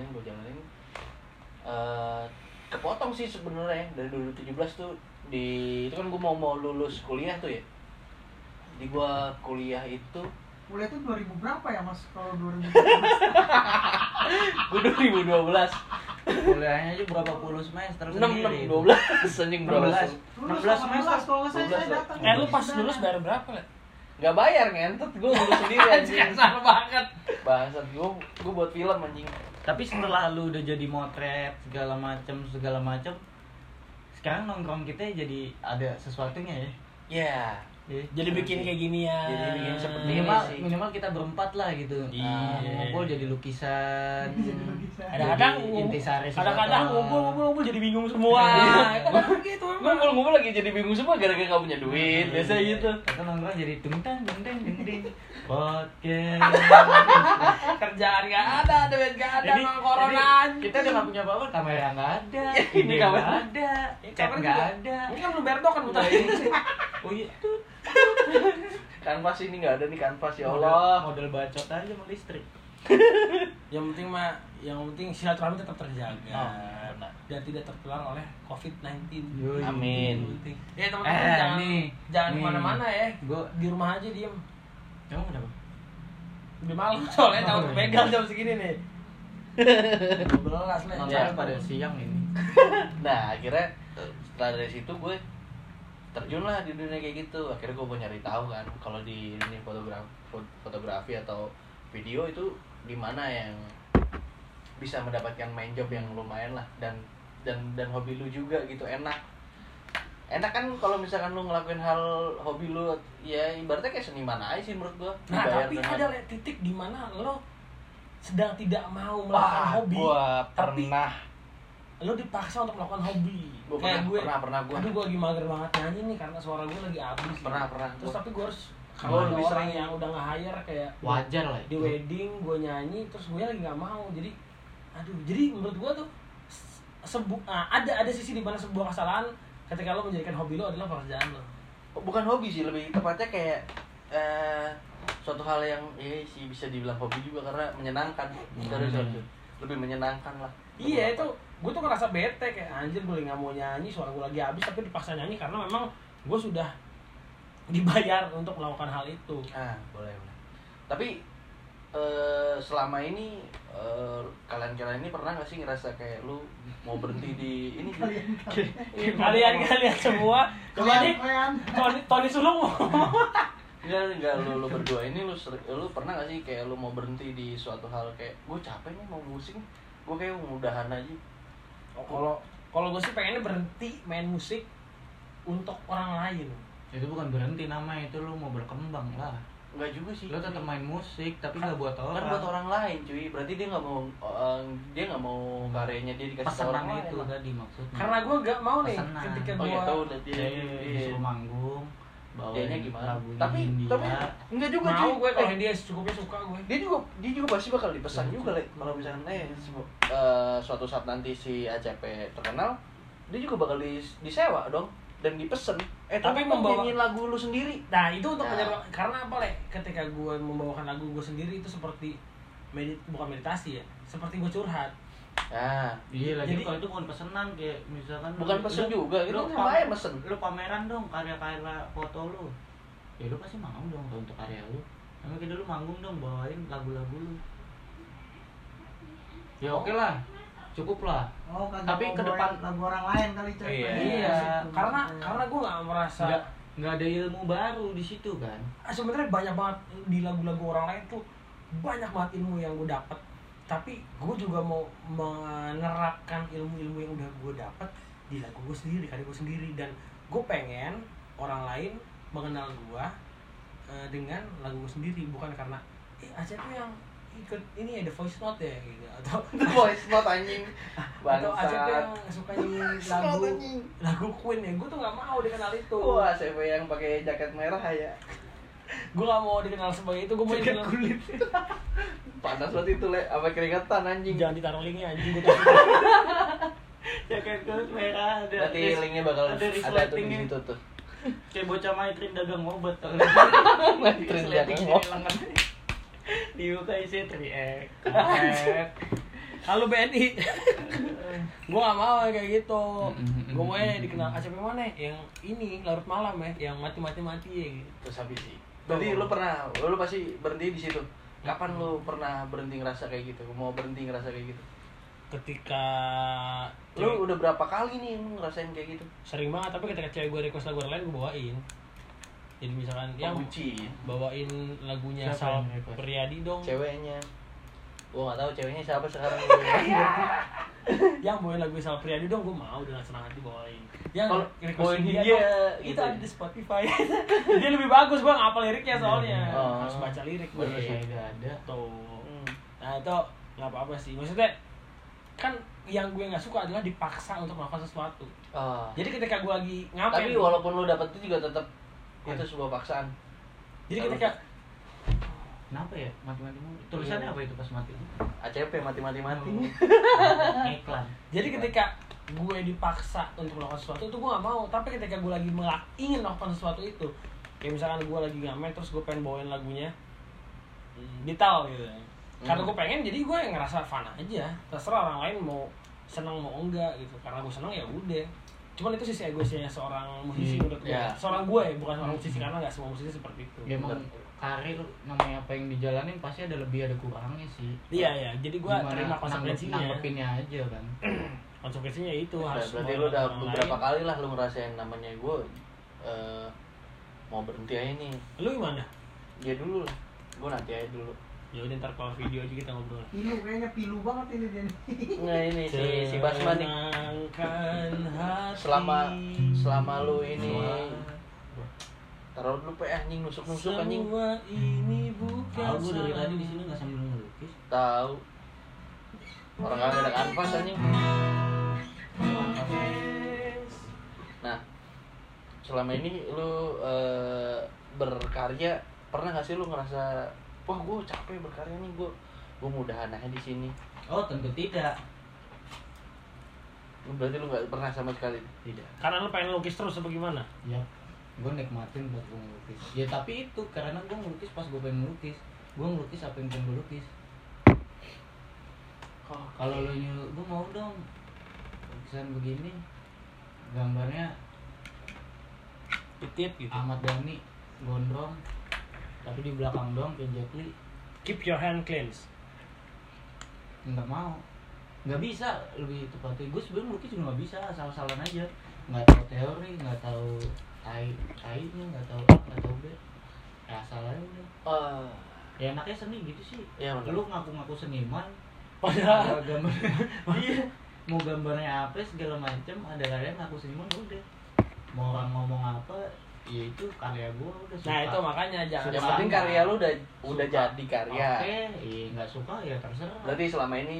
Speaker 3: Kepotong sih sebenarnya dari 2017 tuh, itu kan gue mau lulus kuliah tuh ya. Di gue kuliah itu
Speaker 4: Kuliah tuh 2000 berapa ya Mas? Kalau 2000.
Speaker 3: gue 2012
Speaker 1: Kuliahnya aja berapa puluh semester
Speaker 3: 6
Speaker 1: sendiri.
Speaker 3: 12 anjing berapa
Speaker 1: 16.
Speaker 4: 16
Speaker 1: semester.
Speaker 4: kalau nggak salah saya
Speaker 3: 16.
Speaker 4: datang.
Speaker 2: Lu pas lulus bayar berapa lah?
Speaker 3: Nggak bayar ngentot, gue lulus sendiri anjing.
Speaker 2: Kasar banget.
Speaker 3: Bangsat, gue buat film anjing.
Speaker 1: Tapi setelah lu udah jadi motret segala macem, sekarang nongkrong kita jadi ada sesuatunya ya.
Speaker 3: Ya,
Speaker 2: Jadi bikin kayak gini ya.
Speaker 3: Jadi bikin seperti ini
Speaker 1: minimal
Speaker 3: sih.
Speaker 1: minimal kita berempat lah gitu.
Speaker 2: Iya.
Speaker 1: Ngumpul jadi lukisan.
Speaker 2: Kadang-kadang
Speaker 1: Jadi intisari
Speaker 2: kadang-kadang
Speaker 1: sesuatu.
Speaker 2: ngumpul jadi bingung semua. Kadang gitu emang.
Speaker 3: ngumpul lagi jadi bingung semua gara-gara gak punya duit, biasa gitu.
Speaker 1: Kita nongkrong jadi tungtang ding podcast.
Speaker 2: Kerjaan gak ada, duit gak ada,
Speaker 1: Jadi-
Speaker 2: emang corona
Speaker 1: jadi
Speaker 2: anjing.
Speaker 1: kita udah gak punya apa-apa, kamera nggak ada,
Speaker 3: Ini
Speaker 1: ide
Speaker 3: kamera.
Speaker 1: nggak ada, chat
Speaker 2: Kamera
Speaker 1: nggak
Speaker 2: juga.
Speaker 1: ada.
Speaker 2: Ini kan belum bayar token muter.
Speaker 1: Oh iya,
Speaker 3: Kanvas ini nggak ada nih, kanvas ya Allah.
Speaker 1: Model bacot aja mau listrik.
Speaker 2: Yang penting silaturahmi tetap terjaga.
Speaker 1: Oh,
Speaker 3: benar.
Speaker 2: Dan tidak tertular oleh COVID-19.
Speaker 1: Yoi.
Speaker 3: Amin.
Speaker 2: Itu penting. Ya teman-teman jangan
Speaker 1: nih.
Speaker 2: kemana-mana ya.
Speaker 1: Gua-
Speaker 2: Di rumah aja diem.
Speaker 1: Kamu kenapa?
Speaker 2: Lebih malam soalnya
Speaker 1: Oh,
Speaker 2: takut
Speaker 1: iya.
Speaker 2: pegang jam segini nih. 12 lah.
Speaker 1: Nonton
Speaker 3: Ya.
Speaker 1: pada siang ini.
Speaker 3: Nah, akhirnya setelah dari situ gue terjun lah di dunia kayak gitu. Akhirnya gue mau nyari tahu kan kalau di dunia fotografi atau video itu di mana yang bisa mendapatkan main job yang lumayan lah, dan hobi lu juga gitu enak kan kalau misalkan lu ngelakuin hal hobi lu ya ibaratnya kayak seniman aja sih menurut gua.
Speaker 2: Nah
Speaker 3: Dibayar
Speaker 2: tapi
Speaker 3: dengan-
Speaker 2: ada titik di mana lo sedang tidak mau melakukan hobi,
Speaker 3: gua
Speaker 2: tapi
Speaker 3: pernah
Speaker 2: lo dipaksa untuk melakukan hobi.
Speaker 3: Gua
Speaker 2: Kayak gue,
Speaker 3: pernah gua
Speaker 2: aduh gue lagi mager banget nyanyi nih karena suara gue lagi habis.
Speaker 3: pernah
Speaker 2: Terus
Speaker 3: gua.
Speaker 2: tapi gue harus
Speaker 3: Gua
Speaker 2: kalau ada
Speaker 3: lebih
Speaker 2: orang
Speaker 3: sering-
Speaker 2: yang udah nge-hire kayak
Speaker 1: Wajar lah
Speaker 2: di
Speaker 1: itu.
Speaker 2: wedding gue nyanyi terus gue lagi nggak mau. Jadi aduh, jadi menurut gue tuh ada sisi di mana sebuah kesalahan ketika lo menjadikan hobi lo adalah pekerjaan lo.
Speaker 3: Bukan hobi sih, lebih tepatnya kayak suatu hal yang sih bisa dibilang hobi juga karena menyenangkan. Sorry. Lebih menyenangkan lah.
Speaker 2: Iya itu, gue tuh ngerasa bete kayak anjir gue nggak mau nyanyi, suara gue lagi habis tapi dipaksa nyanyi karena memang gue sudah dibayar untuk melakukan hal itu.
Speaker 3: Boleh. Tapi selama ini kalian ini pernah nggak sih ngerasa kayak lu mau berhenti di ini?
Speaker 2: Kalian semua, coba nih
Speaker 4: Kalian
Speaker 2: Tony Sulung.
Speaker 3: Enggak lu berdua ini lu pernah nggak sih kayak lu mau berhenti di suatu hal kayak gue capek nih mau musik, gue kayak mudahan aja.
Speaker 2: Kalau gue sih pengennya berhenti main musik untuk orang lain.
Speaker 1: Itu bukan berhenti namanya, itu lu mau berkembang lah.
Speaker 3: Enggak juga sih.
Speaker 1: Lu tetap main musik tapi nggak buat orang.
Speaker 3: Kan buat orang lain cuy, berarti dia nggak mau karyanya dia dikasih ke orang
Speaker 1: pesanan
Speaker 3: lain
Speaker 1: itu
Speaker 3: lah.
Speaker 1: tadi maksudnya.
Speaker 2: Karena gue gak mau nih
Speaker 1: Pesanan.
Speaker 2: ketika
Speaker 3: Oh
Speaker 2: gue
Speaker 3: iya tahu udah
Speaker 1: dia disuruh manggung, bawain
Speaker 3: dianya gimana?
Speaker 1: lagunya
Speaker 3: Tapi
Speaker 1: India.
Speaker 3: enggak juga
Speaker 2: mau
Speaker 3: cuy.
Speaker 2: gue kalau dia secukupnya suka gue.
Speaker 3: Dia juga pasti bakal dipesan juga Le. Kalau misalkan suatu saat nanti si ACP terkenal, dia juga bakal disewa dong dan dipesen.
Speaker 2: Tapi
Speaker 3: mau
Speaker 2: membawa-
Speaker 3: nyanyiin lagu lu sendiri.
Speaker 2: Nah itu untuk
Speaker 3: Nah.
Speaker 2: karena apa Le? Ketika gue membawakan lagu gue sendiri itu seperti bukan meditasi ya, seperti gue curhat.
Speaker 3: Nah,
Speaker 1: Iya lagi
Speaker 2: Jadi-
Speaker 1: kalau itu bukan pesenan kayak misalkan
Speaker 3: bukan pesen juga, itu
Speaker 1: lu
Speaker 3: sama aja pesen.
Speaker 1: Lu pameran dong karya-karya foto lu. Ya lu pasti mau dong untuk karya lu. Sama kayak dulu manggung dong bawain lagu-lagu lu. Ya oke lah. Cukup lah.
Speaker 4: Oh, kagak
Speaker 1: Tapi
Speaker 4: mau
Speaker 1: ke
Speaker 4: bawain
Speaker 1: depan-
Speaker 4: lagu orang lain kali Coy.
Speaker 3: Iya.
Speaker 2: Iya, karena gue nggak merasa.
Speaker 1: Nggak ada ilmu baru di situ kan.
Speaker 2: Sebenarnya banyak banget di lagu-lagu orang lain tuh banyak banget ilmu yang gue dapat. Tapi gue juga mau menerapkan ilmu-ilmu yang udah gue dapat di lagu gue sendiri, karya gue sendiri, dan gue pengen orang lain mengenal gue dengan lagu gue sendiri, bukan karena Acep tuh yang ikut ini ada voice note ya gitu, atau
Speaker 3: Voice note anjing.
Speaker 2: atau Acep tuh yang
Speaker 3: Bangsat.
Speaker 2: suka nyanyi lagu Queen ya, gue tuh nggak mau dikenal itu.
Speaker 3: Wah, siapa yang pakai jaket merah ya?
Speaker 2: Gue nggak mau dikenal sebagai itu, gue mau dikenal kulit.
Speaker 3: Panas banget itu Le, apa keringetan anjing.
Speaker 2: Jangan ditaruh linknya anjing gue.
Speaker 1: Jaket kulit merah ada.
Speaker 3: Nanti linknya bakal ada tuh di
Speaker 1: resletingnya.
Speaker 3: situ tuh.
Speaker 1: Kayak bocah maitrin dagang obat.
Speaker 3: Maitrin dagang obat.
Speaker 1: Dibuka isi 3X.
Speaker 2: Halo BNI. Gue gak mau kayak gitu. Gue mau dikenal ACP mana yang ini larut malam ya, yang mati ya gitu.
Speaker 3: Terus habis sih. Berarti lu pasti berhenti di situ. Kapan lu pernah berhenti ngerasa kayak gitu? Mau berhenti ngerasa kayak gitu?
Speaker 2: Ketika
Speaker 3: Lu udah berapa kali nih lu ngerasain kayak gitu?
Speaker 2: sering banget, tapi ketika cewek gue request lagu lain gue bawain. Jadi misalkan yang
Speaker 3: Bucin.
Speaker 2: bawain lagunya
Speaker 1: Siapa
Speaker 2: Sal
Speaker 1: yang request?
Speaker 2: Priadi dong.
Speaker 3: Ceweknya. Gua enggak tahu ceweknya siapa sekarang.
Speaker 2: Yang bawain lagu Sal Priadi dong, gue mau dengan senang hati bawain. Yang
Speaker 3: Kalau
Speaker 2: request
Speaker 3: bawain
Speaker 2: dia
Speaker 3: dia,
Speaker 2: dong,
Speaker 3: gitu.
Speaker 2: itu ada di Spotify. Dia lebih bagus, gue ngapal liriknya soalnya.
Speaker 3: Oh.
Speaker 2: Harus baca lirik gue.
Speaker 1: Bener saya nggak ada.
Speaker 2: Tuh.
Speaker 3: Hmm.
Speaker 2: Nah itu nggak apa-apa sih. Maksudnya kan yang gue nggak suka adalah dipaksa untuk melakukan sesuatu.
Speaker 3: Ah.
Speaker 2: Jadi ketika gue lagi ngapain?
Speaker 3: Tapi walaupun lu dapet itu juga tetap itu sebuah paksaan.
Speaker 2: Jadi ketika
Speaker 1: Kenapa ya mati-mati mulu? Tulisannya apa itu pas mati?
Speaker 3: ACP mati-mati.
Speaker 1: Iklan.
Speaker 2: Jadi ketika gue dipaksa untuk melakukan sesuatu itu gue gak mau. Tapi ketika gue lagi ingin melakukan sesuatu itu, kayak misalkan gue lagi ngamen terus gue pengen bawain lagunya Bital gitu. Karena gue pengen, jadi gue yang ngerasa fun aja. Terserah orang lain mau seneng mau enggak gitu. Karena gue seneng ya udah. Cuman itu sisi egoisnya seorang musisi menurut gue.
Speaker 3: Ya.
Speaker 2: Seorang gue bukan seorang musisi, karena nggak semua musisi seperti itu.
Speaker 1: Ya emang karir namanya apa yang dijalanin pasti ada lebih ada kurangnya sih.
Speaker 2: Iya ya, jadi gue
Speaker 1: Gimana
Speaker 2: terima konsekuensinya.
Speaker 1: nanggepinnya aja kan.
Speaker 2: Konsekuensinya itu harus.
Speaker 3: Berarti lu udah beberapa kali lah lu ngerasain namanya gue mau berhenti aja nih.
Speaker 2: Lu gimana?
Speaker 3: Ya dulu lah. Gue nanti aja dulu.
Speaker 2: Ya udah ntar kalau video aja kita ngobrol.
Speaker 4: Pilu kayaknya pilu banget ini dia.
Speaker 3: Nah ini si Basma nih.
Speaker 2: Tenangkan hati.
Speaker 3: Selama lu ini taruh dulu anjing nusuk anjing.
Speaker 2: Semua ini bukan
Speaker 1: Tahu gue dari
Speaker 2: salah.
Speaker 1: tadi di sini nggak sambil ngelukis.
Speaker 3: Tahu. Orang kagak ada kanvas anjing. Nah, selama ini lu berkarya pernah nggak sih lu ngerasa wah gue capek berkarya nih, gue mudahan aja di sini.
Speaker 1: Oh tentu tidak.
Speaker 3: Berarti lu nggak pernah sama sekali.
Speaker 1: Tidak.
Speaker 2: Karena lu pengen lukis terus apa gimana?
Speaker 1: Ya, gue nikmatin buat gue ngelukis. Ya tapi itu karena gue ngelukis pas gue pengen ngelukis. Gue ngelukis apa yang pengen gue lukis.
Speaker 3: Oh,
Speaker 1: Kalau lo nyuruh, gue mau dong lukisan begini, gambarnya
Speaker 2: Titip gitu.
Speaker 1: Ahmad Dhani gondrong, tapi di belakang doang kayak Jet Li.
Speaker 2: Keep your hand clean.
Speaker 1: Nggak mau, nggak bisa lebih tepatnya. Gue sebenarnya lukis juga nggak bisa, asal-asalan aja. Nggak tahu teori, nggak tahu tai-tainya, nggak tahu A, nggak tahu B. Ya asal aja udah. Ya enaknya seni gitu sih.
Speaker 3: Iya, bener.
Speaker 1: Lu ngaku-ngaku seniman,
Speaker 2: Padahal
Speaker 1: gambar iya, mau gambarnya apa segala macem, ada kalian ngaku seniman udah. Mau orang ngomong apa, ya itu karya gue udah suka.
Speaker 2: nah itu makanya jangan
Speaker 3: yang
Speaker 1: Suka.
Speaker 3: penting karya lu udah
Speaker 1: Suka.
Speaker 3: jadi karya.
Speaker 1: Oke, iya nggak suka ya terserah.
Speaker 3: Berarti selama ini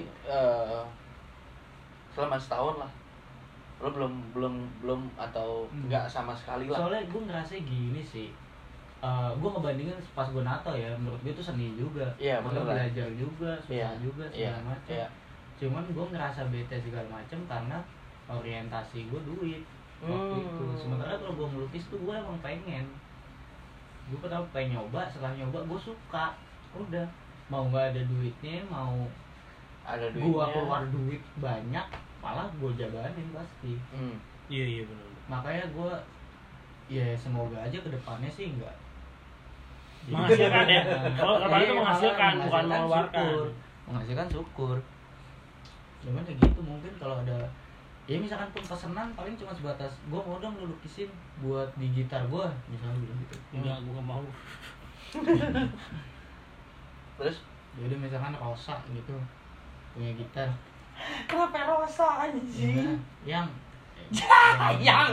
Speaker 3: selama setahun lah lu belum atau enggak sama sekali lah.
Speaker 1: Soalnya gue ngerasa gini sih, gue ngebandingin pas gue nato ya, menurut gue itu seni juga.
Speaker 3: Iya,
Speaker 1: Gue
Speaker 3: bener lah.
Speaker 1: belajar juga, susah
Speaker 3: Iya,
Speaker 1: juga
Speaker 3: iya,
Speaker 1: segala macam.
Speaker 3: iya.
Speaker 1: Cuman gue ngerasa bete segala macam karena orientasi gue duit waktu itu. Sementara kalau gue melukis tuh gue emang pengen, gue pertama pengen nyoba, setelah nyoba gue suka, udah mau nggak ada duitnya, mau
Speaker 3: Ada
Speaker 1: gue
Speaker 3: duitnya.
Speaker 1: keluar duit banyak, malah gue jabanin pasti.
Speaker 2: iya benar.
Speaker 1: Makanya gue ya semoga aja kedepannya sih enggak
Speaker 2: Menghasilkan ya. Kalau kata itu
Speaker 1: Iya,
Speaker 2: menghasilkan,
Speaker 1: malah
Speaker 2: bukan mengeluarkan.
Speaker 1: syukur. Menghasilkan syukur. Cuman kayak gitu mungkin kalau ada ya misalkan pun pesanan paling cuma sebatas gue mau dong lu lukisin buat di gitar gue misalnya gitu.
Speaker 2: Enggak, gue nggak mau.
Speaker 3: Terus
Speaker 1: Jadi misalkan Rosa gitu punya gitar.
Speaker 2: Kenapa Rosa anjing?
Speaker 1: Ya,
Speaker 2: Yang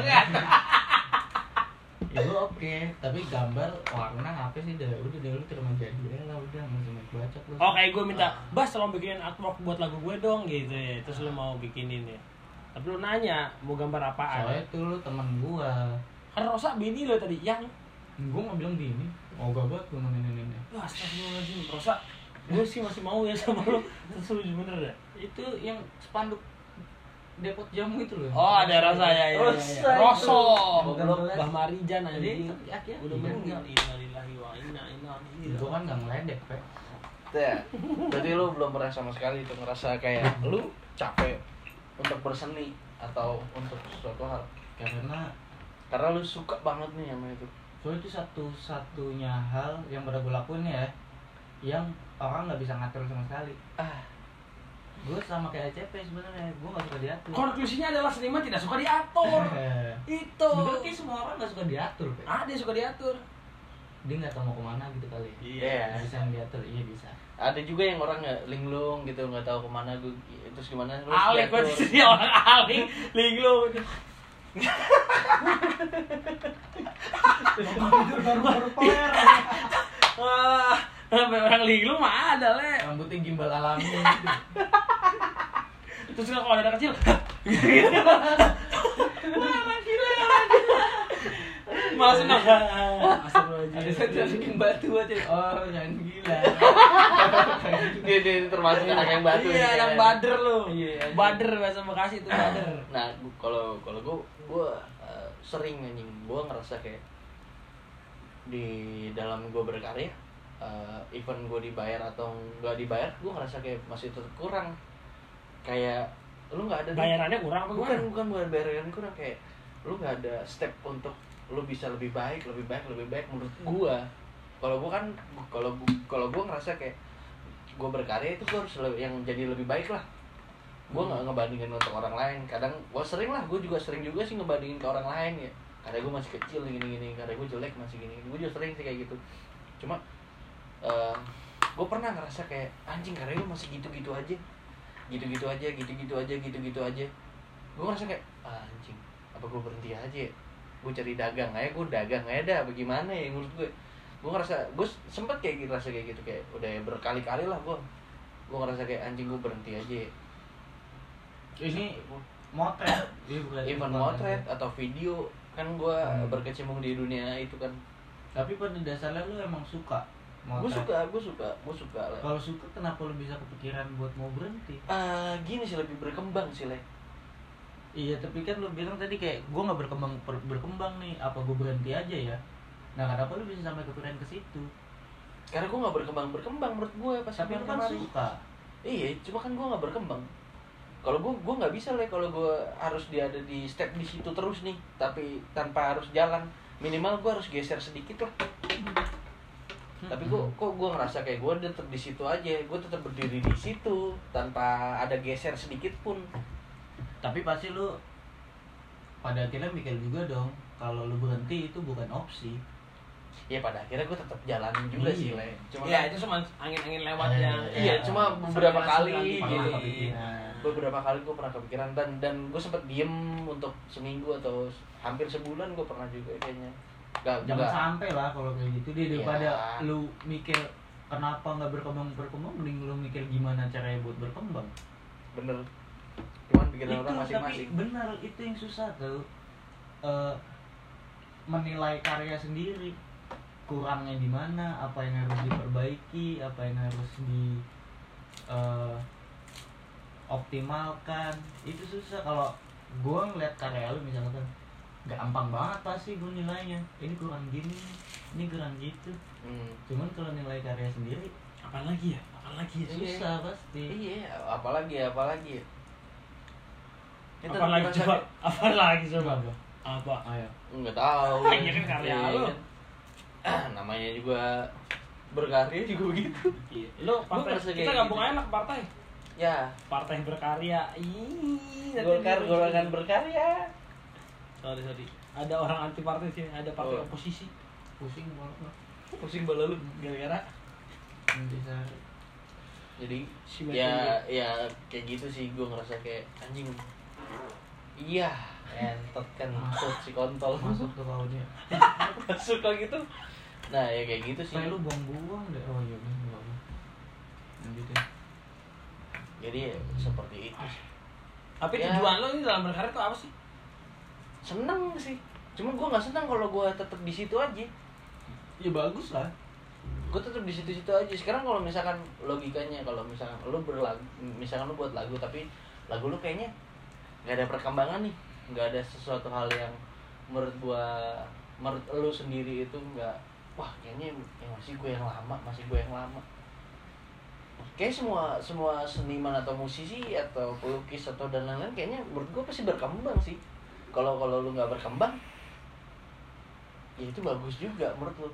Speaker 1: itu oke, tapi gambar warna apa sih udah deh lu terima jadi lah udah langsung baca lu.
Speaker 2: Oh kayak gue minta, Bas tolong bikinin artwork buat lagu gue dong gitu ya. Terus lu mau bikinin ya. Tapi lu nanya mau gambar apaan?
Speaker 1: Soalnya itu lu temen gua.
Speaker 2: Kan Rosa bini lo tadi yang.
Speaker 1: Gua nggak bilang gini. Oh gak banget gua sama nenek-nenek.
Speaker 2: Wah astagfirullahaladzim Rosa. Gue sih masih mau ya sama lu. Terus lu bener dah.
Speaker 1: Itu yang spanduk depot jamu itu loh.
Speaker 2: Oh ada Rosa ya.
Speaker 3: Rosa itu.
Speaker 2: Roso.
Speaker 1: Bukan
Speaker 2: Bah Marijan
Speaker 1: Jadi
Speaker 2: anjing.
Speaker 1: akhirnya
Speaker 2: Udah meninggal. Innalillahi wa inna ilaihi
Speaker 1: Gua kan nggak ngeledek, Pe.
Speaker 3: ya, berarti lu belum pernah sama sekali itu ngerasa kayak lu capek untuk berseni atau untuk suatu hal karena lu suka banget nih sama itu.
Speaker 1: Soalnya itu satu-satunya hal yang pernah gua lakuin ya, yang orang nggak bisa ngatur sama sekali. Gue sama kayak ACP sebenarnya, gue nggak suka diatur.
Speaker 2: Konklusinya adalah seniman tidak suka diatur. Itu.
Speaker 1: Bener kayak semua orang nggak suka diatur, Pe.
Speaker 2: Ada yang suka diatur.
Speaker 1: Dia nggak tahu mau kemana gitu kali.
Speaker 3: Iya.
Speaker 1: Nggak bisa diatur, iya bisa.
Speaker 3: Ada juga yang orang nggak linglung gitu, nggak tahu kemana gue terus gimana lu
Speaker 2: Alik
Speaker 3: diatur.
Speaker 2: banget dia orang alik, linglung.
Speaker 4: Baru player.
Speaker 2: Wah, sampai orang linglung mah ada le.
Speaker 1: Rambutnya gimbal alami gitu.
Speaker 2: Terus kalau ada anak kecil, malah seneng.
Speaker 1: Ada satu bikin batu aja. Oh, jangan gila.
Speaker 3: dia termasuk anak yang batu.
Speaker 2: Iya,
Speaker 3: nih,
Speaker 2: anak
Speaker 3: kan.
Speaker 2: bader lu.
Speaker 1: Iya,
Speaker 2: Bader bahasa Bekasi itu bader.
Speaker 3: Nah, kalau gue sering anjing, gue ngerasa kayak di dalam gue berkarya, even gue dibayar atau nggak dibayar, gue ngerasa kayak masih tetap kurang. Kayak lu nggak ada
Speaker 2: Bayarannya kurang apa gimana?
Speaker 3: bukan bayaran kurang, kayak lu nggak ada step untuk lu bisa lebih baik menurut gue. Kalau gue kan kalau gue ngerasa kayak gue berkarya itu gue harus yang jadi lebih baik lah. Gue nggak ngebandingin untuk orang lain. Kadang gue sering juga sih ngebandingin ke orang lain ya. Karena gue masih kecil gini, karena gue jelek masih gini. Gue juga sering sih kayak gitu. Cuma gue pernah ngerasa kayak anjing karya gue masih gitu-gitu aja. Gue ngerasa kayak anjing, apa gue berhenti aja ya? Gue cari dagang aja, gue dagang aja dah, bagaimana ya menurut gue. Gue ngerasa, gue sempet kayak gitu, rasa kayak gitu, kayak udah berkali-kali lah gue ngerasa kayak anjing gue berhenti aja ya.
Speaker 1: Ini motret,
Speaker 3: Even motret atau video kan gue berkecimpung di dunia itu kan.
Speaker 1: Tapi pada dasarnya lu emang suka
Speaker 3: Gue
Speaker 1: motret?
Speaker 3: suka lah.
Speaker 1: Kalau suka kenapa lu bisa kepikiran buat mau berhenti?
Speaker 3: Gini sih, lebih berkembang sih Le.
Speaker 1: Iya, tapi kan lu bilang tadi kayak gue nggak berkembang nih, apa gue berhenti aja ya? Nah, kenapa lu bisa sampai kepikiran ke situ?
Speaker 3: Karena gue nggak berkembang menurut gue pas
Speaker 1: Tapi lu kan
Speaker 3: kemarin.
Speaker 1: suka.
Speaker 3: Iya, cuma kan gue nggak berkembang. Kalau gue nggak bisa Le, kalau gue harus ada di step di situ terus nih, tapi tanpa harus jalan. Minimal gue harus geser sedikit lah. Tapi gue ngerasa kayak gue tetap di situ aja, gue tetap berdiri di situ tanpa ada geser sedikit pun.
Speaker 1: Tapi pasti lu pada akhirnya mikir juga dong, kalau lu berhenti itu bukan opsi.
Speaker 3: Ya pada akhirnya gue tetap jalanin juga
Speaker 1: Iya.
Speaker 3: sih Le. Cuma
Speaker 2: Ya itu cuma angin-angin lewat yang
Speaker 3: iya, cuma beberapa kali
Speaker 2: Pernah
Speaker 3: gitu.
Speaker 1: kepikiran.
Speaker 3: Beberapa kali gue pernah kepikiran dan gue sempet diem untuk seminggu atau hampir sebulan gue pernah juga kayaknya.
Speaker 1: Jangan sampai lah kalau kayak gitu deh, daripada
Speaker 3: Ya.
Speaker 1: lu mikir kenapa nggak berkembang, mending lu mikir gimana caranya buat berkembang.
Speaker 3: Bener. Cuman pikiran
Speaker 1: Itu
Speaker 3: orang masing-masing.
Speaker 1: tapi benar, itu yang susah tuh. Menilai karya sendiri, kurangnya di mana, apa yang harus diperbaiki, apa yang harus di optimalkan. Itu susah. Kalau gue ngeliat karya lu misalkan, gampang banget pasti gue nilainya, ini kurang gini, ini kurang gitu. Cuman kalau nilai karya sendiri
Speaker 2: apalagi ya
Speaker 1: susah pasti.
Speaker 3: Iya, apalagi ya. Kita
Speaker 2: apalagi
Speaker 3: ngerasa
Speaker 2: coba
Speaker 1: Apa?
Speaker 2: apa
Speaker 1: Ayo.
Speaker 3: nggak tahu.
Speaker 2: Iya kan karya
Speaker 3: Iya
Speaker 2: lu.
Speaker 3: kan. Namanya juga berkarya juga begitu.
Speaker 2: Lu partai
Speaker 3: ngerasa
Speaker 2: kita
Speaker 3: kayak
Speaker 2: gabung
Speaker 3: gitu.
Speaker 2: aja lah ke partai
Speaker 3: Ya,
Speaker 2: nanti
Speaker 3: golongan berkarya.
Speaker 2: sorry ada orang anti partai sih, ada partai
Speaker 3: Oh.
Speaker 2: oposisi
Speaker 1: Pusing banget.
Speaker 3: Pusing bala lu.
Speaker 2: gara-gara
Speaker 1: Bisa.
Speaker 3: Jadi
Speaker 2: si
Speaker 3: ya kayak gitu sih, gue ngerasa kayak anjing. Iya, entot kan si kontol
Speaker 1: Masuk ke kaunya.
Speaker 3: masuk kayak gitu. Nah ya kayak gitu sih.
Speaker 1: Kayak lu buang-buang deh. Oh iya bener. Gitu.
Speaker 3: Jadi ya, seperti itu.
Speaker 2: tapi
Speaker 3: Ya.
Speaker 2: tujuan lo ini dalam berkarya tuh apa sih?
Speaker 3: Seneng sih. Cuma gue nggak seneng kalau gue tetap di situ aja.
Speaker 1: Ya bagus lah.
Speaker 3: Gue tetap di situ-situ aja. Sekarang kalau misalkan logikanya, kalau misalkan lu misalkan lu buat lagu tapi lagu lu kayaknya nggak ada perkembangan nih, nggak ada sesuatu hal yang menurut lu sendiri itu nggak, wah kayaknya masih gue yang lama. Kayak semua seniman atau musisi atau pelukis atau dan lain-lain kayaknya menurut gue pasti berkembang sih. Kalau lu nggak berkembang, ya itu bagus juga menurut lu.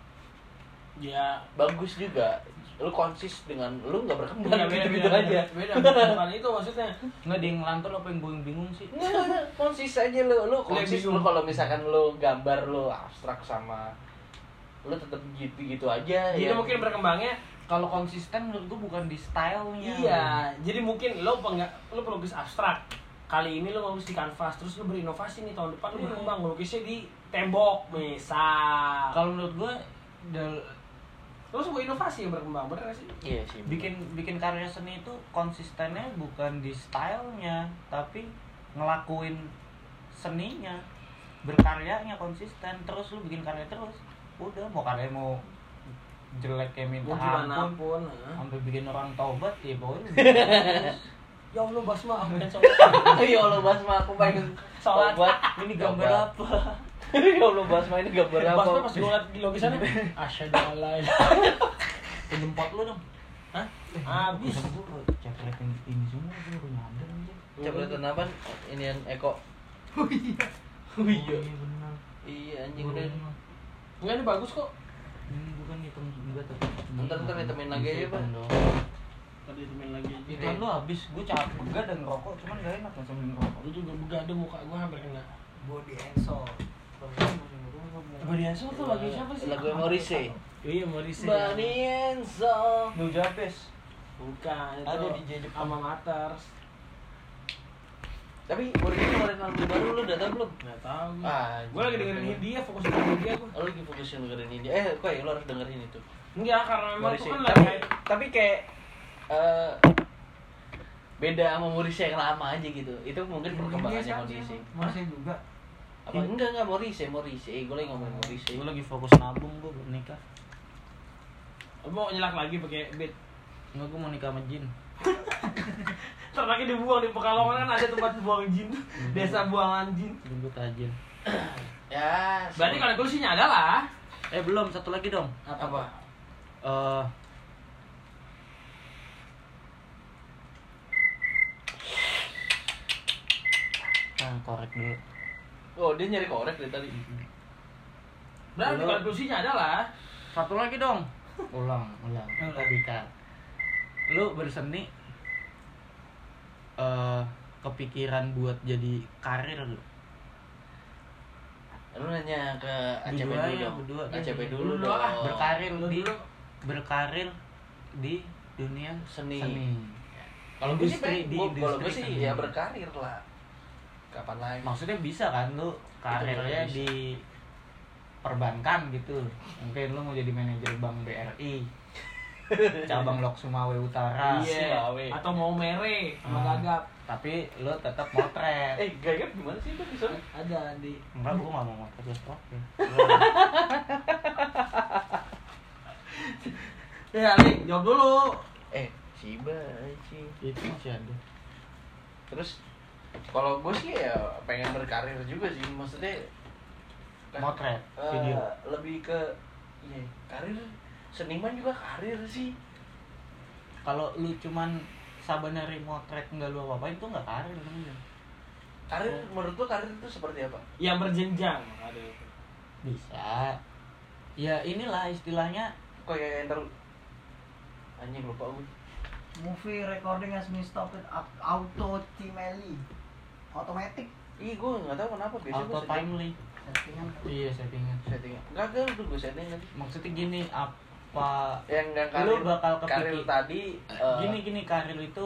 Speaker 2: Ya
Speaker 3: Bagus juga. Lu konsis dengan lu nggak berkembang
Speaker 2: beda
Speaker 3: gitu aja.
Speaker 2: bukan itu maksudnya.
Speaker 1: Nggak ada yang ngelantur, apa yang gue bingung sih?
Speaker 3: Nggak, konsis aja lu konsis
Speaker 2: bingung.
Speaker 3: lu. Kalau misalkan lu gambar lu abstrak sama lu tetap gitu aja.
Speaker 2: Jadi
Speaker 3: ya.
Speaker 2: mungkin berkembangnya
Speaker 1: Kalau konsisten menurut gue bukan di stylenya.
Speaker 2: iya. Jadi mungkin lo pelukis abstrak. Kali ini lo ngelukis di kanvas, terus lo berinovasi nih tahun depan lo berkembang ngelukisnya di tembok misal.
Speaker 1: Kalau menurut gue
Speaker 2: Lo sebuah inovasi yang berkembang, bener gak sih?
Speaker 3: Iya sih.
Speaker 1: bikin karya seni itu konsistennya bukan di stylenya, tapi ngelakuin seninya, berkaryanya konsisten. Terus lu bikin karya terus, udah mau karya mau jelek kayak minta
Speaker 2: Mau gimana
Speaker 1: ampun,
Speaker 2: pun.
Speaker 1: sampai bikin orang taubat ya pokoknya lu bikin terus.
Speaker 2: Ya Allah Basma, aku kan sholat.
Speaker 3: Ya Allah Basma, aku pengen
Speaker 2: Sholat.
Speaker 3: buat
Speaker 1: Ini gambar apa?
Speaker 3: Ya Allah Basma, ini gambar apa?
Speaker 2: Basma pas gue liat di lukisannya, asyhadu an la ilaha
Speaker 1: Penyempot lu dong.
Speaker 2: Hah? Abis.
Speaker 1: Gue cekletin ini semua, gue baru nyadar aja.
Speaker 3: Coba apa? Ini yang Eko.
Speaker 1: Oh iya benar.
Speaker 3: Iya anjing udah.
Speaker 2: Enggak, ini bagus kok.
Speaker 1: Ini bukan hitam juga tapi.
Speaker 3: Ntar hitamin lagi aja, Pak.
Speaker 2: Tadi temen lagi aja.
Speaker 1: Itu lu habis, gue capek begah dan ngerokok, cuman gak enak langsung ngerokok.
Speaker 2: Gue juga begadang muka gue hampir kena.
Speaker 4: Body and soul.
Speaker 2: Banienzo tuh lagi siapa sih?
Speaker 3: Lagu Morrissey.
Speaker 2: Iya Morrissey.
Speaker 3: Banienzo.
Speaker 1: New Japes.
Speaker 2: Bukan, itu
Speaker 1: Ada di Jepang.
Speaker 2: Alma Mater.
Speaker 3: Tapi Morrissey ngeluarin album baru lu udah tau belum?
Speaker 2: Nggak tahu.
Speaker 3: Gue
Speaker 2: Gue lagi dengerin Hindia, fokus ke Hindia gue.
Speaker 3: Oh, lagi fokusin dengerin ini. Kok ya lu harus dengerin itu.
Speaker 2: Enggak, karena memang
Speaker 3: Morrissey.
Speaker 2: tuh kan
Speaker 3: Tapi
Speaker 2: lagi
Speaker 3: tapi kayak beda sama Morrissey yang lama aja gitu. Itu mungkin perkembangannya Morrissey.
Speaker 4: Masih juga.
Speaker 3: Apa enggak Morrissey. Gue lagi ngomongin Morrissey.
Speaker 1: Gue lagi fokus nabung, gue belum nikah.
Speaker 2: mau nyelak lagi pakai beat.
Speaker 1: Enggak, gue mau nikah sama jin.
Speaker 2: Ternaknya dibuang di Pekalongan kan ada tempat buang jin. Desa buangan jin.
Speaker 1: Jemput aja.
Speaker 3: Ya.
Speaker 2: Berarti kalau gue sih nyada lah.
Speaker 1: Belum, satu lagi dong.
Speaker 3: Apa?
Speaker 1: Korek dulu.
Speaker 3: Oh, dia nyari korek dari tadi.
Speaker 2: Berarti kalau gue sih nyada lah.
Speaker 1: Satu lagi dong. Ulang. Logika. Lu berseni kepikiran buat jadi karir lu?
Speaker 3: Lu nanya ke ACP
Speaker 1: Berdua
Speaker 3: dulu
Speaker 1: ya,
Speaker 3: dong.
Speaker 1: berdua.
Speaker 3: ACP
Speaker 2: Lu
Speaker 3: dulu
Speaker 2: dulu
Speaker 3: dong.
Speaker 2: ah.
Speaker 1: Berkarir di dunia
Speaker 3: Seni.
Speaker 1: Kalau
Speaker 3: Industri,
Speaker 1: di
Speaker 3: kalau gue
Speaker 1: industri
Speaker 3: sih
Speaker 1: seni.
Speaker 3: ya berkarir lah. Kapan lagi?
Speaker 1: Maksudnya bisa kan lu karirnya
Speaker 3: bisa.
Speaker 1: di perbankan gitu. Mungkin lu mau jadi manajer Bank BRI. Cabang Lok Sumawe Utara.
Speaker 2: Iya.
Speaker 3: Sumawe.
Speaker 2: Atau mau mere sama
Speaker 1: Ah.
Speaker 2: gagap.
Speaker 1: Tapi lu tetap motret.
Speaker 3: Gagap gimana sih itu bisa?
Speaker 2: Ada di.
Speaker 1: Enggak, gua enggak mau motret lu stop ya.
Speaker 2: Ya, Lik, jawab dulu.
Speaker 3: Ciba sih.
Speaker 1: Itu masih ada.
Speaker 3: Terus kalau gue sih ya pengen berkarir juga sih, maksudnya
Speaker 1: Motret, video.
Speaker 3: lebih ke ya karir seniman juga karir sih.
Speaker 1: Kalau lu cuman sabanari motret enggak lu apa-apain itu enggak karir namanya.
Speaker 3: Karir menurut lo karir itu seperti apa?
Speaker 2: Yang berjenjang. Ada.
Speaker 1: Bisa. Ya inilah istilahnya
Speaker 3: Kayak enter anjing lupa gue.
Speaker 4: Movie recording has been stopped automatically. Automatic
Speaker 3: Ih gue nggak tahu kenapa biasanya
Speaker 1: auto
Speaker 3: gue
Speaker 1: timely.
Speaker 4: settingan.
Speaker 1: Iya, settingan.
Speaker 3: settingan. Gagal tuh gue setting tadi.
Speaker 1: Maksudnya gini, apa
Speaker 3: Yang nggak karir.
Speaker 1: lu bakal
Speaker 3: karir
Speaker 1: kepikir
Speaker 3: tadi.
Speaker 1: gini karir itu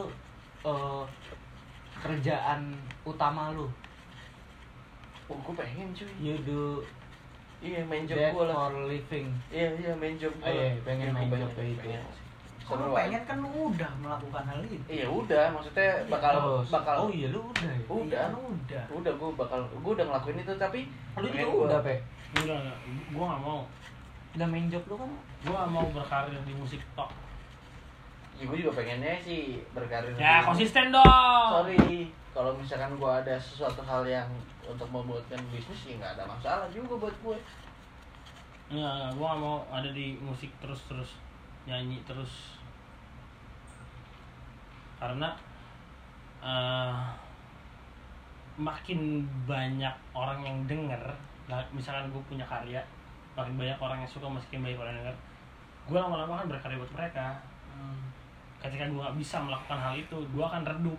Speaker 1: kerjaan utama lu.
Speaker 3: Oh gue pengen cuy.
Speaker 1: You do
Speaker 3: Iya main job
Speaker 1: that
Speaker 3: gue lah.
Speaker 1: for living.
Speaker 3: Iya main job gue.
Speaker 1: Iya, pengen main
Speaker 3: Pengen,
Speaker 1: job kayak itu.
Speaker 3: pengen.
Speaker 4: Kalau
Speaker 3: Seru
Speaker 4: pengen
Speaker 3: aja.
Speaker 4: kan lu udah melakukan hal itu.
Speaker 3: Iya udah, maksudnya bakal
Speaker 1: Oh iya, lu udah ya?
Speaker 3: udah.
Speaker 4: Iya, lu udah.
Speaker 3: Udah gue udah ngelakuin itu tapi
Speaker 1: Lu
Speaker 3: pengen
Speaker 1: juga udah, Pe.
Speaker 2: Enggak. Gua enggak mau.
Speaker 1: Udah main job lu kan?
Speaker 2: Gua nggak mau berkarir di musik tok.
Speaker 3: Ya gue juga pengennya sih berkarir.
Speaker 2: Ya,
Speaker 3: di-
Speaker 2: konsisten dong.
Speaker 3: Sorry, kalau misalkan gue ada sesuatu hal yang untuk membuatkan bisnis ya nggak ada masalah juga buat gue.
Speaker 2: Enggak, gua nggak mau ada di musik terus nyanyi terus. Karena makin banyak orang yang denger, misalkan gue punya karya, makin banyak orang yang suka, makin banyak orang yang denger, gue lama-lama kan berkarya buat mereka. Ketika gue nggak bisa melakukan hal itu, gue akan redup.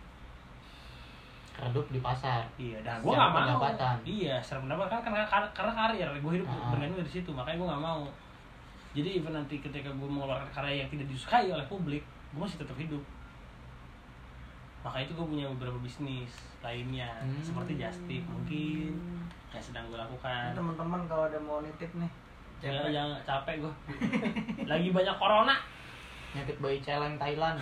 Speaker 1: Redup di pasar.
Speaker 2: Iya, dan gue
Speaker 1: Secara
Speaker 2: nggak mau.
Speaker 1: pendapatan.
Speaker 2: Iya, secara pendapatan kan karena karir, gue hidup bergantung dari situ, makanya gue nggak mau. Jadi even nanti ketika gue mengeluarkan karya yang tidak disukai oleh publik, gue masih tetap hidup. Maka itu gue punya beberapa bisnis lainnya, seperti Justip mungkin yang sedang gue lakukan.
Speaker 4: Teman-teman kalau ada mau nitip nih,
Speaker 2: Jangan capek gue. Lagi banyak corona.
Speaker 1: Nitip bayi celeng Thailand.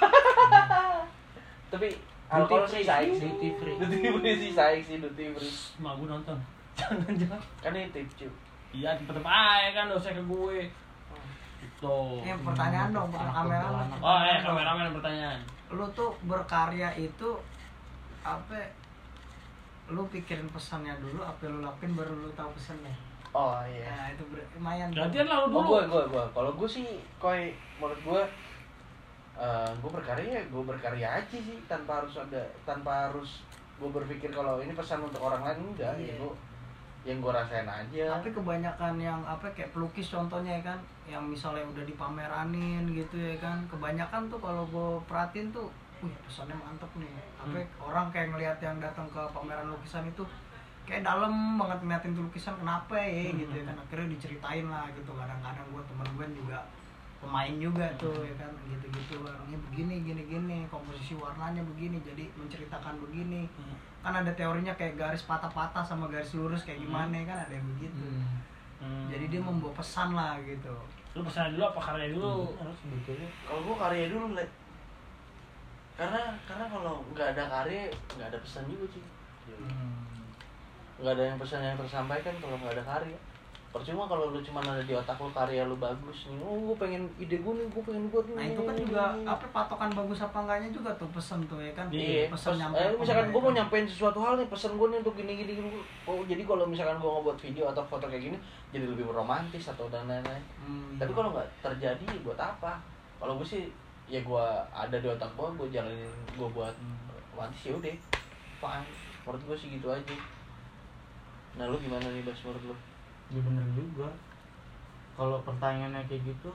Speaker 3: Tapi alkohol
Speaker 1: Duty
Speaker 3: sih
Speaker 1: free,
Speaker 3: saik sih.
Speaker 1: duty free.
Speaker 3: Duty free sih saik sih duty free.
Speaker 2: Mak gue nonton. Jangan.
Speaker 3: Kan ini tip cuy.
Speaker 2: Iya, tetep aja kan dosa ke gue. Itu.
Speaker 4: pertanyaan dong,
Speaker 1: Anak
Speaker 4: kameramen.
Speaker 1: kuntilanak.
Speaker 2: Oh, kameramen pertanyaan.
Speaker 4: Lu tuh berkarya itu apa? Lu pikirin pesannya dulu, apa lu lakuin baru lu tahu pesannya.
Speaker 3: Oh iya.
Speaker 4: Nah, itu lumayan.
Speaker 2: Gantian lah lu
Speaker 3: Oh
Speaker 2: dulu.
Speaker 3: gue kalau gue sih menurut gue berkarya aja sih tanpa harus gue berpikir kalau ini pesan untuk orang lain enggak.
Speaker 4: Iya.
Speaker 3: Ya gue yang gue rasain aja.
Speaker 4: Tapi kebanyakan yang apa kayak pelukis contohnya ya kan, yang misalnya udah dipameranin gitu ya kan, kebanyakan tuh kalau gue perhatiin tuh, pesannya mantep nih. Apa orang kayak ngelihat yang datang ke pameran lukisan itu, kayak dalam banget ngeliatin tuh lukisan kenapa ya gitu ya kan, akhirnya diceritain lah gitu. Kadang-kadang gue temen gue juga pemain juga tuh ya kan, gitu-gitu ini begini gini komposisi warnanya begini, jadi menceritakan begini kan. Ada teorinya kayak garis patah-patah sama garis lurus kayak gimana kan, ada yang begitu. Jadi dia membawa pesan lah gitu.
Speaker 2: Lu pesan dulu apa karya dulu?
Speaker 1: Harus sebetulnya.
Speaker 3: Kalau gue karya dulu, Le. Karena kalau nggak ada karya nggak ada pesan juga sih. Nggak ada yang pesan yang tersampaikan kalau nggak ada karya. Percuma kalau lu cuma ada di otak lu karya lu bagus nih, gue pengen ide gue nih, gue pengen buat
Speaker 4: Nah
Speaker 3: ini.
Speaker 4: itu kan juga apa patokan bagus apa enggaknya juga tuh pesan tuh ya kan.
Speaker 3: Iya,
Speaker 4: Pesan
Speaker 3: misalkan gue mau nyampein sesuatu hal nih, pesan gue nih untuk gini. Oh, jadi kalau misalkan gue ngebuat video atau foto kayak gini, jadi lebih romantis atau dan lain-lain. Tapi kalau nggak terjadi, buat apa? Kalau gue sih, ya gue ada di otak gue jalanin, gue buat romantis ya udah, fine. Menurut gue sih gitu aja. Nah lu gimana nih Bas, menurut lu?
Speaker 1: Ya bener juga. Kalau pertanyaannya kayak gitu,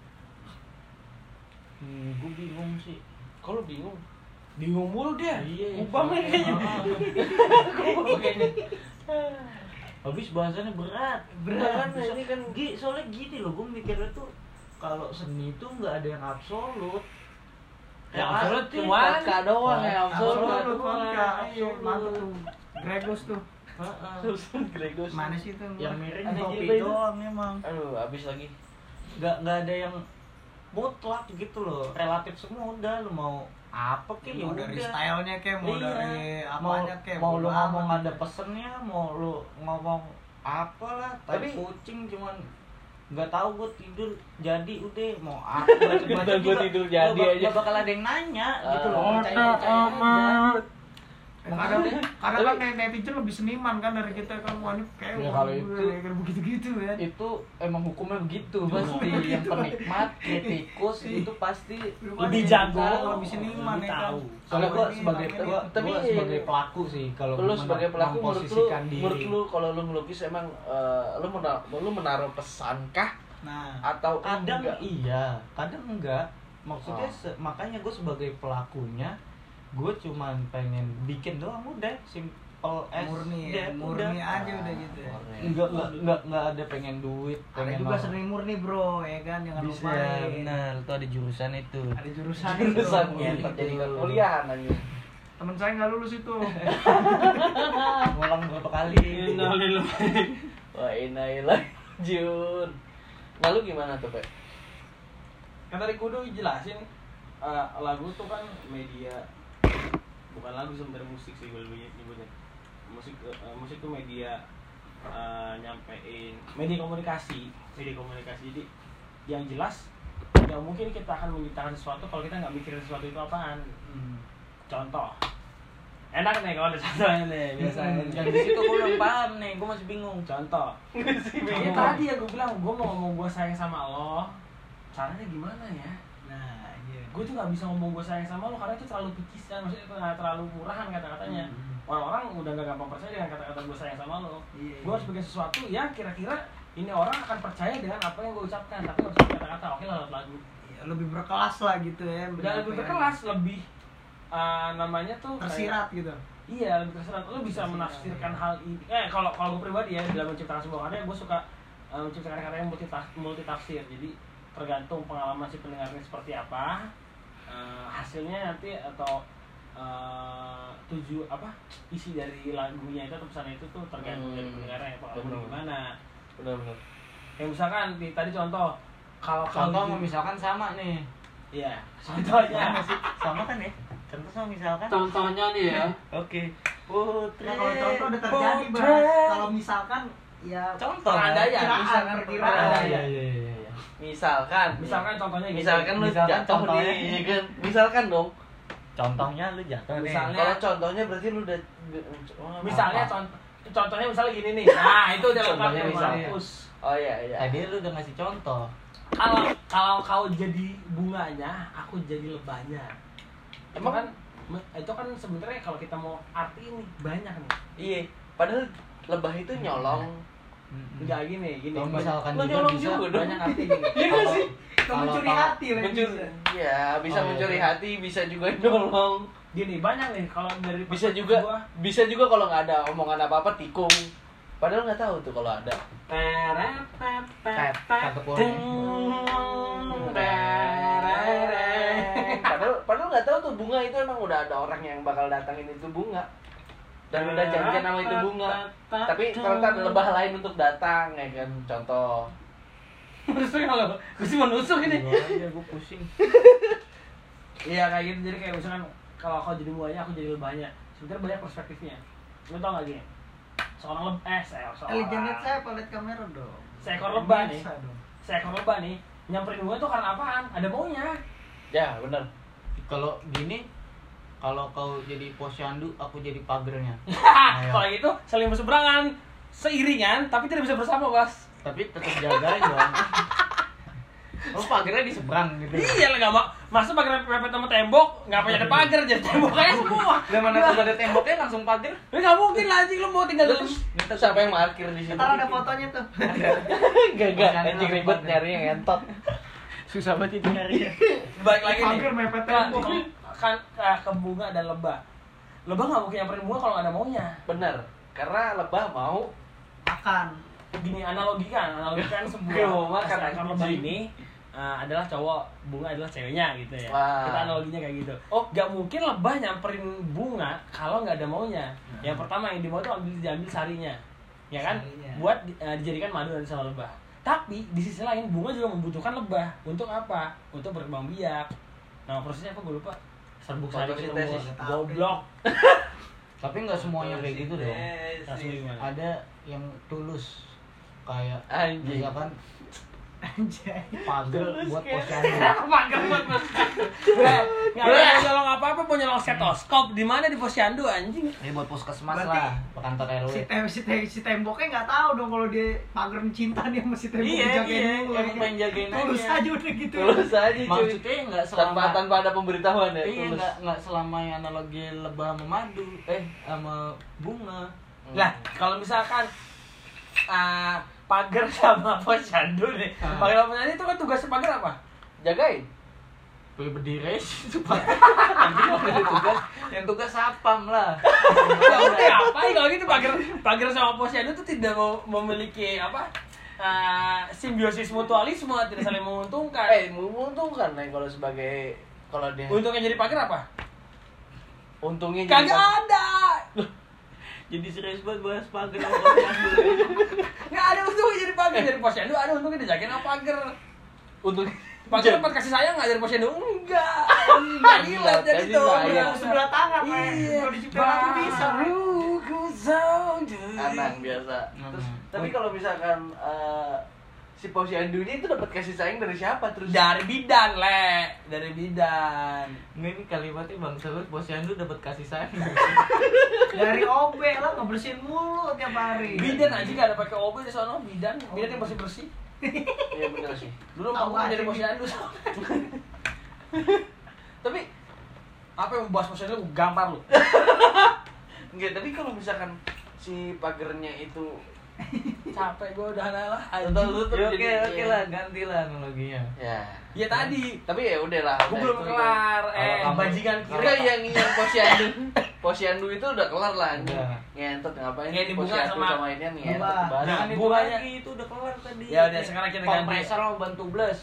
Speaker 1: gue bingung sih.
Speaker 3: Kalau bingung?
Speaker 2: Bingung mulu dia.
Speaker 1: Iya.
Speaker 2: Upam kayaknya.
Speaker 1: Habis bahasannya berat.
Speaker 3: Berat,
Speaker 1: Bisa-
Speaker 3: ini kan-
Speaker 1: soalnya gini loh, gue mikirnya tuh kalau seni itu nggak ada yang absolut.
Speaker 2: Yang
Speaker 1: Ya,
Speaker 2: absolut
Speaker 1: pasti
Speaker 2: cuma
Speaker 3: Vodka doang ya, absolut.
Speaker 4: Absolut vodka.
Speaker 1: Absolut.
Speaker 4: Mantap tuh. Gregos tuh.
Speaker 3: Gregos.
Speaker 4: Mana sih tuh?
Speaker 1: Yang miring
Speaker 3: Ada
Speaker 1: kopi
Speaker 3: jilbab itu.
Speaker 1: doang emang.
Speaker 3: Aduh, habis lagi.
Speaker 1: Nggak ada yang mutlak gitu loh. Relatif semua udah, lu mau apa kek ya
Speaker 4: Mau dari
Speaker 1: udah.
Speaker 4: stylenya kayak, mau
Speaker 1: Iya.
Speaker 4: dari apanya kayak.
Speaker 1: mau lu
Speaker 4: bodo
Speaker 1: ngomong
Speaker 4: amat.
Speaker 1: ada pesennya, mau lu ngomong apalah,
Speaker 3: Tapi-
Speaker 1: tapi kucing cuman nggak tahu gue tidur jadi udah mau apa baca
Speaker 3: Gua tidur jadi aja.
Speaker 1: nggak bakal ada yang nanya gitu loh,
Speaker 3: Ah.
Speaker 1: percaya aja.
Speaker 4: Kadang kan netizen lebih seniman kan dari kita kan, wah ini kayak
Speaker 1: Ya,
Speaker 4: wah,
Speaker 1: kalau itu-
Speaker 4: kayak begitu-gitu kan.
Speaker 1: Itu emang hukumnya begitu pasti. Yang penikmat kritikus itu pasti
Speaker 2: Lebih jago,
Speaker 4: lebih seniman
Speaker 2: lebih
Speaker 4: ya kan.
Speaker 2: tahu.
Speaker 1: soalnya gue
Speaker 4: Sama
Speaker 1: sebagai
Speaker 4: ini,
Speaker 1: gua
Speaker 3: tapi-
Speaker 1: sebagai pelaku sih kalau
Speaker 3: Lu sebagai pelaku
Speaker 1: memposisikan diri.
Speaker 3: menurut lu kalau lu melukis emang lu menaruh pesan kah
Speaker 4: Nah,
Speaker 3: atau
Speaker 1: kadang
Speaker 3: enggak?
Speaker 1: iya, kadang enggak. Maksudnya
Speaker 3: Oh.
Speaker 1: makanya gue sebagai pelakunya, gue cuman pengen bikin doang udah, simple as
Speaker 4: murni ya,
Speaker 1: that,
Speaker 4: murni
Speaker 1: udah.
Speaker 4: aja udah gitu ya.
Speaker 1: Enggak ada pengen duit,
Speaker 4: Ada
Speaker 1: pengen
Speaker 4: juga
Speaker 1: mau-
Speaker 4: seni murni bro, ya kan, jangan
Speaker 1: bisa,
Speaker 4: lupain.
Speaker 1: benar, tuh ada jurusan itu.
Speaker 4: Ada jurusan
Speaker 3: Jurusan
Speaker 4: itu.
Speaker 3: yang terjadi kuliahan aja.
Speaker 4: Temen saya nggak lulus itu.
Speaker 1: Ngulang berapa kali.
Speaker 3: Wah, inailah Jun. Nah lu gimana tuh, Pak?
Speaker 2: Kan tadi gue udah jelasin, lagu tuh kan media, bukan lagu sebenarnya, musik sih gue lebih nyebutnya. Musik tuh media, nyampein media komunikasi. Jadi yang jelas nggak mungkin kita akan menciptakan sesuatu kalau kita nggak mikirin sesuatu itu apaan. Contoh, enak nih kalau ada contohnya nih biasanya.
Speaker 1: Yang di situ gue belum paham nih, gue masih bingung.
Speaker 2: Contoh, ini tadi yang gue bilang, gue mau ngomong gue sayang sama lo, caranya gimana ya?
Speaker 4: Nah, iya.
Speaker 2: Gue tuh nggak bisa ngomong gue sayang sama lo karena itu terlalu pikisan, maksudnya itu nggak terlalu murahan kata-katanya. Orang-orang udah nggak gampang percaya dengan kata-kata gue sayang sama lo.
Speaker 4: Iya,
Speaker 2: Gue harus
Speaker 4: iya.
Speaker 2: bikin sesuatu yang kira-kira ini orang akan percaya dengan apa yang gue ucapkan, tapi nggak bisa pakai kata-kata. Oke lah, lewat lagu.
Speaker 4: Ya, lebih berkelas lah gitu ya.
Speaker 2: Dan lebih berkelas, lebih namanya tuh kayak-
Speaker 4: tersirat gitu.
Speaker 2: Iya, lebih terserah. Lo bisa menafsirkan hal ini. Kalau gue pribadi ya, dalam menciptakan sebuah karya, gue suka menciptakan karya yang multitafsir. Jadi tergantung pengalaman si pendengarnya seperti apa, hasilnya nanti atau isi dari lagunya itu atau pesannya itu tuh tergantung dari pendengarnya pengalaman
Speaker 3: Benar.
Speaker 2: gimana.
Speaker 3: Benar-benar.
Speaker 2: Kayak misalkan tadi contoh, kalau
Speaker 1: Contoh
Speaker 2: kau-
Speaker 1: misalkan sama nih.
Speaker 2: Iya, contohnya.
Speaker 1: Sama kan ya? Contoh sama misalkan.
Speaker 5: Contohnya nih ya.
Speaker 1: Oke. Putri.
Speaker 4: Nah, kalau contoh udah terjadi,
Speaker 1: Putri.
Speaker 4: Bas. Kalau misalkan ya
Speaker 1: Contoh.
Speaker 3: Perandaian,
Speaker 4: perkiraan,
Speaker 3: misalkan
Speaker 4: perkiraan.
Speaker 3: perandaian.
Speaker 1: Iya.
Speaker 3: Misalkan
Speaker 2: Contohnya gitu.
Speaker 3: misalkan lu
Speaker 1: Misalkan
Speaker 3: jatuh
Speaker 1: contohnya.
Speaker 3: nih, ya kan? Misalkan dong.
Speaker 1: Contohnya lu jatuh nih.
Speaker 2: Misalnya.
Speaker 3: Kalau contohnya berarti lu udah
Speaker 2: Misalnya
Speaker 3: apa?
Speaker 2: contohnya misalnya gini nih. Nah, itu udah lengkap
Speaker 3: Contohnya
Speaker 2: tuh,
Speaker 3: misalnya.
Speaker 2: bagus.
Speaker 3: Oh iya iya.
Speaker 1: Tadi lu udah ngasih contoh.
Speaker 2: Kalau kau jadi bunganya, aku jadi lebahnya.
Speaker 3: Emang?
Speaker 2: Itu kan sebenarnya kalau kita mau arti ini banyak nih.
Speaker 3: Iya. Padahal lebah itu nyolong.
Speaker 2: Enggak gini.
Speaker 1: Kalau misalkan
Speaker 3: Lu
Speaker 1: juga
Speaker 3: nyolong
Speaker 1: bisa
Speaker 3: juga dong.
Speaker 2: Banyak arti gini.
Speaker 3: Iya sih.
Speaker 4: Itu mencuri hati lah
Speaker 3: Mencuri.
Speaker 4: bisa.
Speaker 3: Iya, bisa
Speaker 1: Oh, iya,
Speaker 3: mencuri
Speaker 1: iya.
Speaker 3: hati, bisa juga nyolong.
Speaker 2: Gini, banyak nih kalau dari
Speaker 3: Bisa
Speaker 2: perspektif
Speaker 3: juga
Speaker 2: gua.
Speaker 3: kalau nggak ada omongan apa-apa tikung. Padahal nggak tahu tuh kalau ada.
Speaker 1: Kata pohonnya.
Speaker 3: Padahal nggak tahu tuh bunga itu emang udah ada orang yang bakal datangin itu bunga. Dan udah janjian sama itu bunga. Tapi ternyata ada lebah lain untuk datang ya kan. Contoh.
Speaker 2: Menusuk kalau gue sih menusuk ini.
Speaker 1: Iya, gue pusing.
Speaker 2: Iya kayak gitu, jadi kayak misalkan kalau aku jadi buahnya, aku jadi lebahnya. Sebenarnya banyak perspektifnya. Lu tau gak gini? Seorang
Speaker 4: Lihat saya apa lihat kamera dong.
Speaker 2: seekor lebah nih.
Speaker 4: Bisa dong.
Speaker 2: Seekor lebah nih nyamperin bunga tuh karena apaan? Ada maunya.
Speaker 3: Ya bener.
Speaker 1: Kalau gini, kalau kau jadi posyandu, aku jadi pagernya.
Speaker 2: Kalau gitu saling berseberangan, seiringan tapi tidak bisa bersama, Bos.
Speaker 1: Tapi tetap jagain dong. Oh, pagernya di seberang gitu.
Speaker 2: Iya lah, nggak mau. Masa pagar pepet sama tembok, nggak punya ada pagar jadi tembok aja semua.
Speaker 1: Lah mana kagak ada temboknya langsung pager.
Speaker 2: Nggak mungkin lah anjing, lu mau tinggal dalam.
Speaker 3: Itu siapa yang parkir di situ?
Speaker 4: Ntar ada fotonya tuh.
Speaker 3: Gak. Anjing ribet nyari yang ngentot.
Speaker 1: Susah banget itu nyari.
Speaker 2: Balik lagi nih.
Speaker 4: Pagar mepet
Speaker 2: Kan,
Speaker 4: tembok.
Speaker 2: ke bunga dan lebah. Lebah nggak mungkin nyamperin bunga kalau nggak ada maunya.
Speaker 3: Bener. Karena lebah mau
Speaker 4: Akan.
Speaker 2: Gini analogikan sebuah
Speaker 3: Gua mau makan,
Speaker 2: seekor lebah
Speaker 3: anjing.
Speaker 2: ini adalah cowok, bunga adalah ceweknya gitu ya.
Speaker 3: Wah.
Speaker 2: Kita analoginya kayak gitu. Oh, nggak mungkin lebah nyamperin bunga kalau nggak ada maunya. Yang pertama yang dimau itu diambil sarinya, ya kan?
Speaker 4: Sarinya.
Speaker 2: Buat dijadikan madu nanti sama lebah. Tapi di sisi lain bunga juga membutuhkan lebah untuk apa? Untuk berkembang biak. Nah prosesnya apa gue lupa. Serbuk sari
Speaker 3: Fotosintesis.
Speaker 2: goblok.
Speaker 1: Tapi nggak semuanya kayak gitu dong.
Speaker 2: Rasanya gimana?
Speaker 1: Ada yang tulus kayak
Speaker 3: Anjing.
Speaker 1: misalkan
Speaker 4: Anjay.
Speaker 1: pager buat posyandu.
Speaker 2: Pagar buat posyandu. Nggak mau nyolong apa-apa, mau nyolong stetoskop. Di mana di posyandu anjing?
Speaker 1: Ini buat puskesmas
Speaker 4: Berarti
Speaker 1: lah, ke kantor RW.
Speaker 4: Si temboknya nggak tahu dong kalau dia pagar cinta dia masih tembok
Speaker 1: Iya,
Speaker 4: dijagain
Speaker 1: iya,
Speaker 4: mulu,
Speaker 1: emang
Speaker 4: ya.
Speaker 1: pengen jagain
Speaker 4: Tulus
Speaker 1: aja.
Speaker 4: aja udah gitu.
Speaker 3: Tulus aja cuy.
Speaker 1: Maksudnya nggak selama
Speaker 3: Tanpa ada pemberitahuan ya.
Speaker 1: iya
Speaker 3: Tulus.
Speaker 1: nggak selama yang analogi lebah sama madu, sama bunga.
Speaker 2: Lah, kalau misalkan pagar sama posyandu nih. Pagar sama posyandu itu kan tugasnya pagar apa?
Speaker 3: Jagain.
Speaker 1: Boleh berdiri itu pak. Nanti kalau ada tugas, yang tugas sapam lah.
Speaker 2: Ya udah ngapain kalau gitu pagar sama posyandu itu tidak memiliki apa? Simbiosis mutualisme, tidak saling menguntungkan.
Speaker 3: Menguntungkan nih kalau dia.
Speaker 2: Untungnya jadi pagar apa?
Speaker 3: Untungnya
Speaker 2: Kagak ada.
Speaker 1: Jadi serius banget bahas pagar sama posyandu.
Speaker 2: Nggak ada untungnya jadi pagar, jadi posyandu ada untungnya dijagain sama pagar.
Speaker 3: Untungnya.
Speaker 2: Pagar dapat kasih sayang nggak dari posyandu? Enggak. Enggak relate jadi
Speaker 3: Kasih
Speaker 2: tuh.
Speaker 3: sayang.
Speaker 4: Sebelah tangan,
Speaker 2: Iya.
Speaker 4: Kalau diciptakan tuh bisa.
Speaker 3: Anak biasa. Terus tapi kalau misalkan si posyandunya itu dapat kasih sayang dari siapa terus?
Speaker 2: Dari bidan, Le. Dari bidan.
Speaker 1: Nggak, ini kalimatnya bangsa banget, posyandu dapat kasih sayang.
Speaker 4: Dari OB lah ngebersihin mulu tiap hari.
Speaker 2: Bidan aja gak ada pakai OB di sono, bidan yang bersih-bersih.
Speaker 3: Iya bener sih.
Speaker 2: Dulu
Speaker 4: Tahu
Speaker 2: mau
Speaker 4: aja
Speaker 2: jadi
Speaker 4: nih.
Speaker 2: posyandu.
Speaker 3: Tapi
Speaker 2: Apa yang membahas posyandu gampar lu.
Speaker 3: enggak, tapi kalau misalkan si pagernya itu
Speaker 2: Capek gua udah lah.
Speaker 1: Oke lah, ganti lah analoginya.
Speaker 3: ya.
Speaker 2: Ya tadi,
Speaker 3: Tapi ya udahlah.
Speaker 2: gua
Speaker 3: udah
Speaker 2: belum
Speaker 3: itu
Speaker 2: kelar.
Speaker 1: Kalau kamu-
Speaker 2: Bajingan
Speaker 3: Enggak,
Speaker 2: kira.
Speaker 3: yang posyandu itu udah kelar lah anjing.
Speaker 1: Udah.
Speaker 3: Ngentot ngapain
Speaker 2: Kayak
Speaker 3: sih
Speaker 2: di bunga
Speaker 3: posyandu
Speaker 2: sama-
Speaker 3: sama ini ngentot
Speaker 4: Lebah.
Speaker 3: banget.
Speaker 2: Nah,
Speaker 1: Jangan itu
Speaker 2: bunganya-
Speaker 1: lagi, itu udah kelar tadi.
Speaker 2: Ya udah, sekarang kita ganti.
Speaker 1: Kompresor mau bantu blast.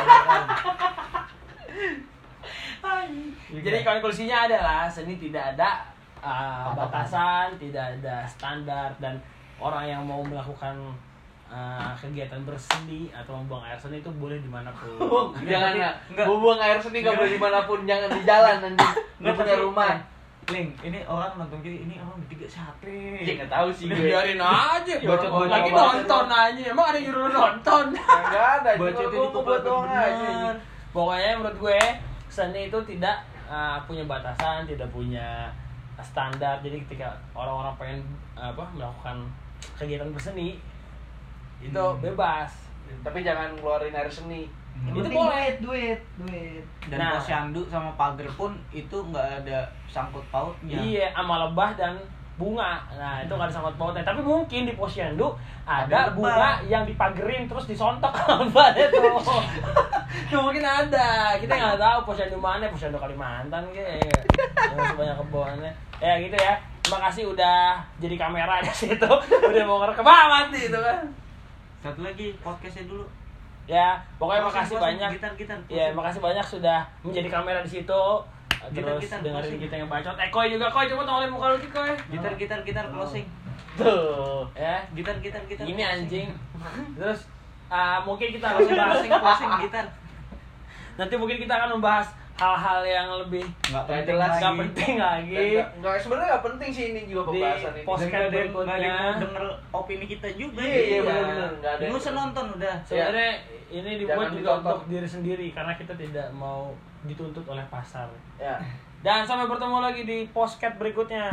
Speaker 2: Jadi konklusinya adalah seni tidak ada batasan, tidak ada standar, dan orang yang mau melakukan kegiatan berseni atau membuang air seni itu boleh dimanapun.
Speaker 3: Jangan ya.
Speaker 1: Enggak.
Speaker 3: Buang air seni enggak boleh dimanapun, jangan di jalan anjing. Lu punya rumah.
Speaker 1: Link, ini orang nonton gini, ini orang bertiga siapa?
Speaker 3: Ya enggak tahu sih
Speaker 2: Udah
Speaker 3: gue.
Speaker 2: biarin aja.
Speaker 1: Bocot-bocot
Speaker 2: Lagi
Speaker 1: banget.
Speaker 2: nonton aja. Emang ada yang nyuruh lu nonton?
Speaker 3: Enggak ada.
Speaker 1: Baca
Speaker 3: Cuma
Speaker 1: itu
Speaker 3: gua
Speaker 1: di
Speaker 3: buat doang aja.
Speaker 1: bener.
Speaker 2: Pokoknya menurut gue seni itu tidak punya batasan, tidak punya standar. Jadi ketika orang-orang pengen melakukan kegiatan berseni itu bebas.
Speaker 3: Tapi jangan keluarin air seni.
Speaker 2: Itu
Speaker 4: Itu
Speaker 2: boleh.
Speaker 4: duit.
Speaker 1: Dan
Speaker 2: Nah.
Speaker 1: posyandu sama pagar pun itu nggak ada sangkut pautnya.
Speaker 2: Iya, sama lebah dan bunga. Nah, itu nggak ada sangkut pautnya. Tapi mungkin di posyandu
Speaker 1: Ada
Speaker 2: ada
Speaker 1: lebah.
Speaker 2: bunga yang dipagerin terus disontok apa itu. Itu mungkin ada. Kita nggak tahu posyandu mana, posyandu Kalimantan kayak. banyak kebohongannya. Ya gitu ya. Terima kasih udah jadi kamera di situ. Udah mau ngerekam mati itu kan.
Speaker 1: Satu lagi podcastnya dulu.
Speaker 2: Ya, pokoknya
Speaker 1: Closing,
Speaker 2: makasih
Speaker 1: closing.
Speaker 2: banyak.
Speaker 1: Gitar,
Speaker 2: Ya, makasih banyak sudah menjadi kamera di situ. Terus
Speaker 1: Gitar,
Speaker 2: dengerin
Speaker 1: closing.
Speaker 2: kita yang bacot. Koi juga, Koi coba tolongin muka lu Ki, Koi.
Speaker 1: Gitar closing.
Speaker 2: Tuh, ya.
Speaker 1: Gitar.
Speaker 2: Ini
Speaker 1: closing.
Speaker 2: anjing. Terus mungkin kita akan membahas
Speaker 1: closing gitar.
Speaker 2: nanti mungkin kita akan membahas hal-hal yang lebih
Speaker 1: Nggak
Speaker 3: Nggak
Speaker 1: penting
Speaker 3: jelas.
Speaker 1: lagi.
Speaker 2: nggak penting lagi
Speaker 3: Enggak sebenarnya enggak penting sih ini juga
Speaker 2: di
Speaker 3: pembahasan ini.
Speaker 2: podcast
Speaker 1: Nggak ada yang
Speaker 2: berikutnya.
Speaker 1: mau denger opini kita juga.
Speaker 3: Iya, benar-benar enggak ada.
Speaker 1: Nggak usah nonton udah.
Speaker 2: Sebenarnya ini dibuat
Speaker 3: Jangan
Speaker 2: juga
Speaker 3: ditonton.
Speaker 2: untuk diri sendiri karena kita tidak mau dituntut oleh pasar.
Speaker 3: Ya.
Speaker 2: Dan sampai bertemu lagi di podcast berikutnya.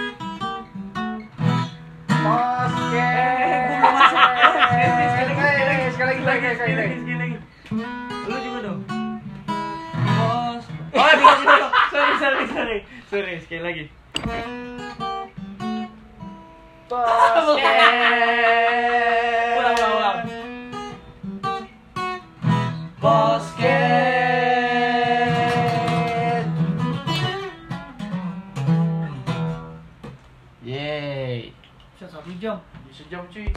Speaker 3: Sekali lagi.
Speaker 1: Lu juga dong. Bos. Oh, dulu. Sorry, sekali lagi.
Speaker 2: Ulang.
Speaker 3: Posket.
Speaker 1: Yeay.
Speaker 4: Satu jam.
Speaker 3: Sejam cuy.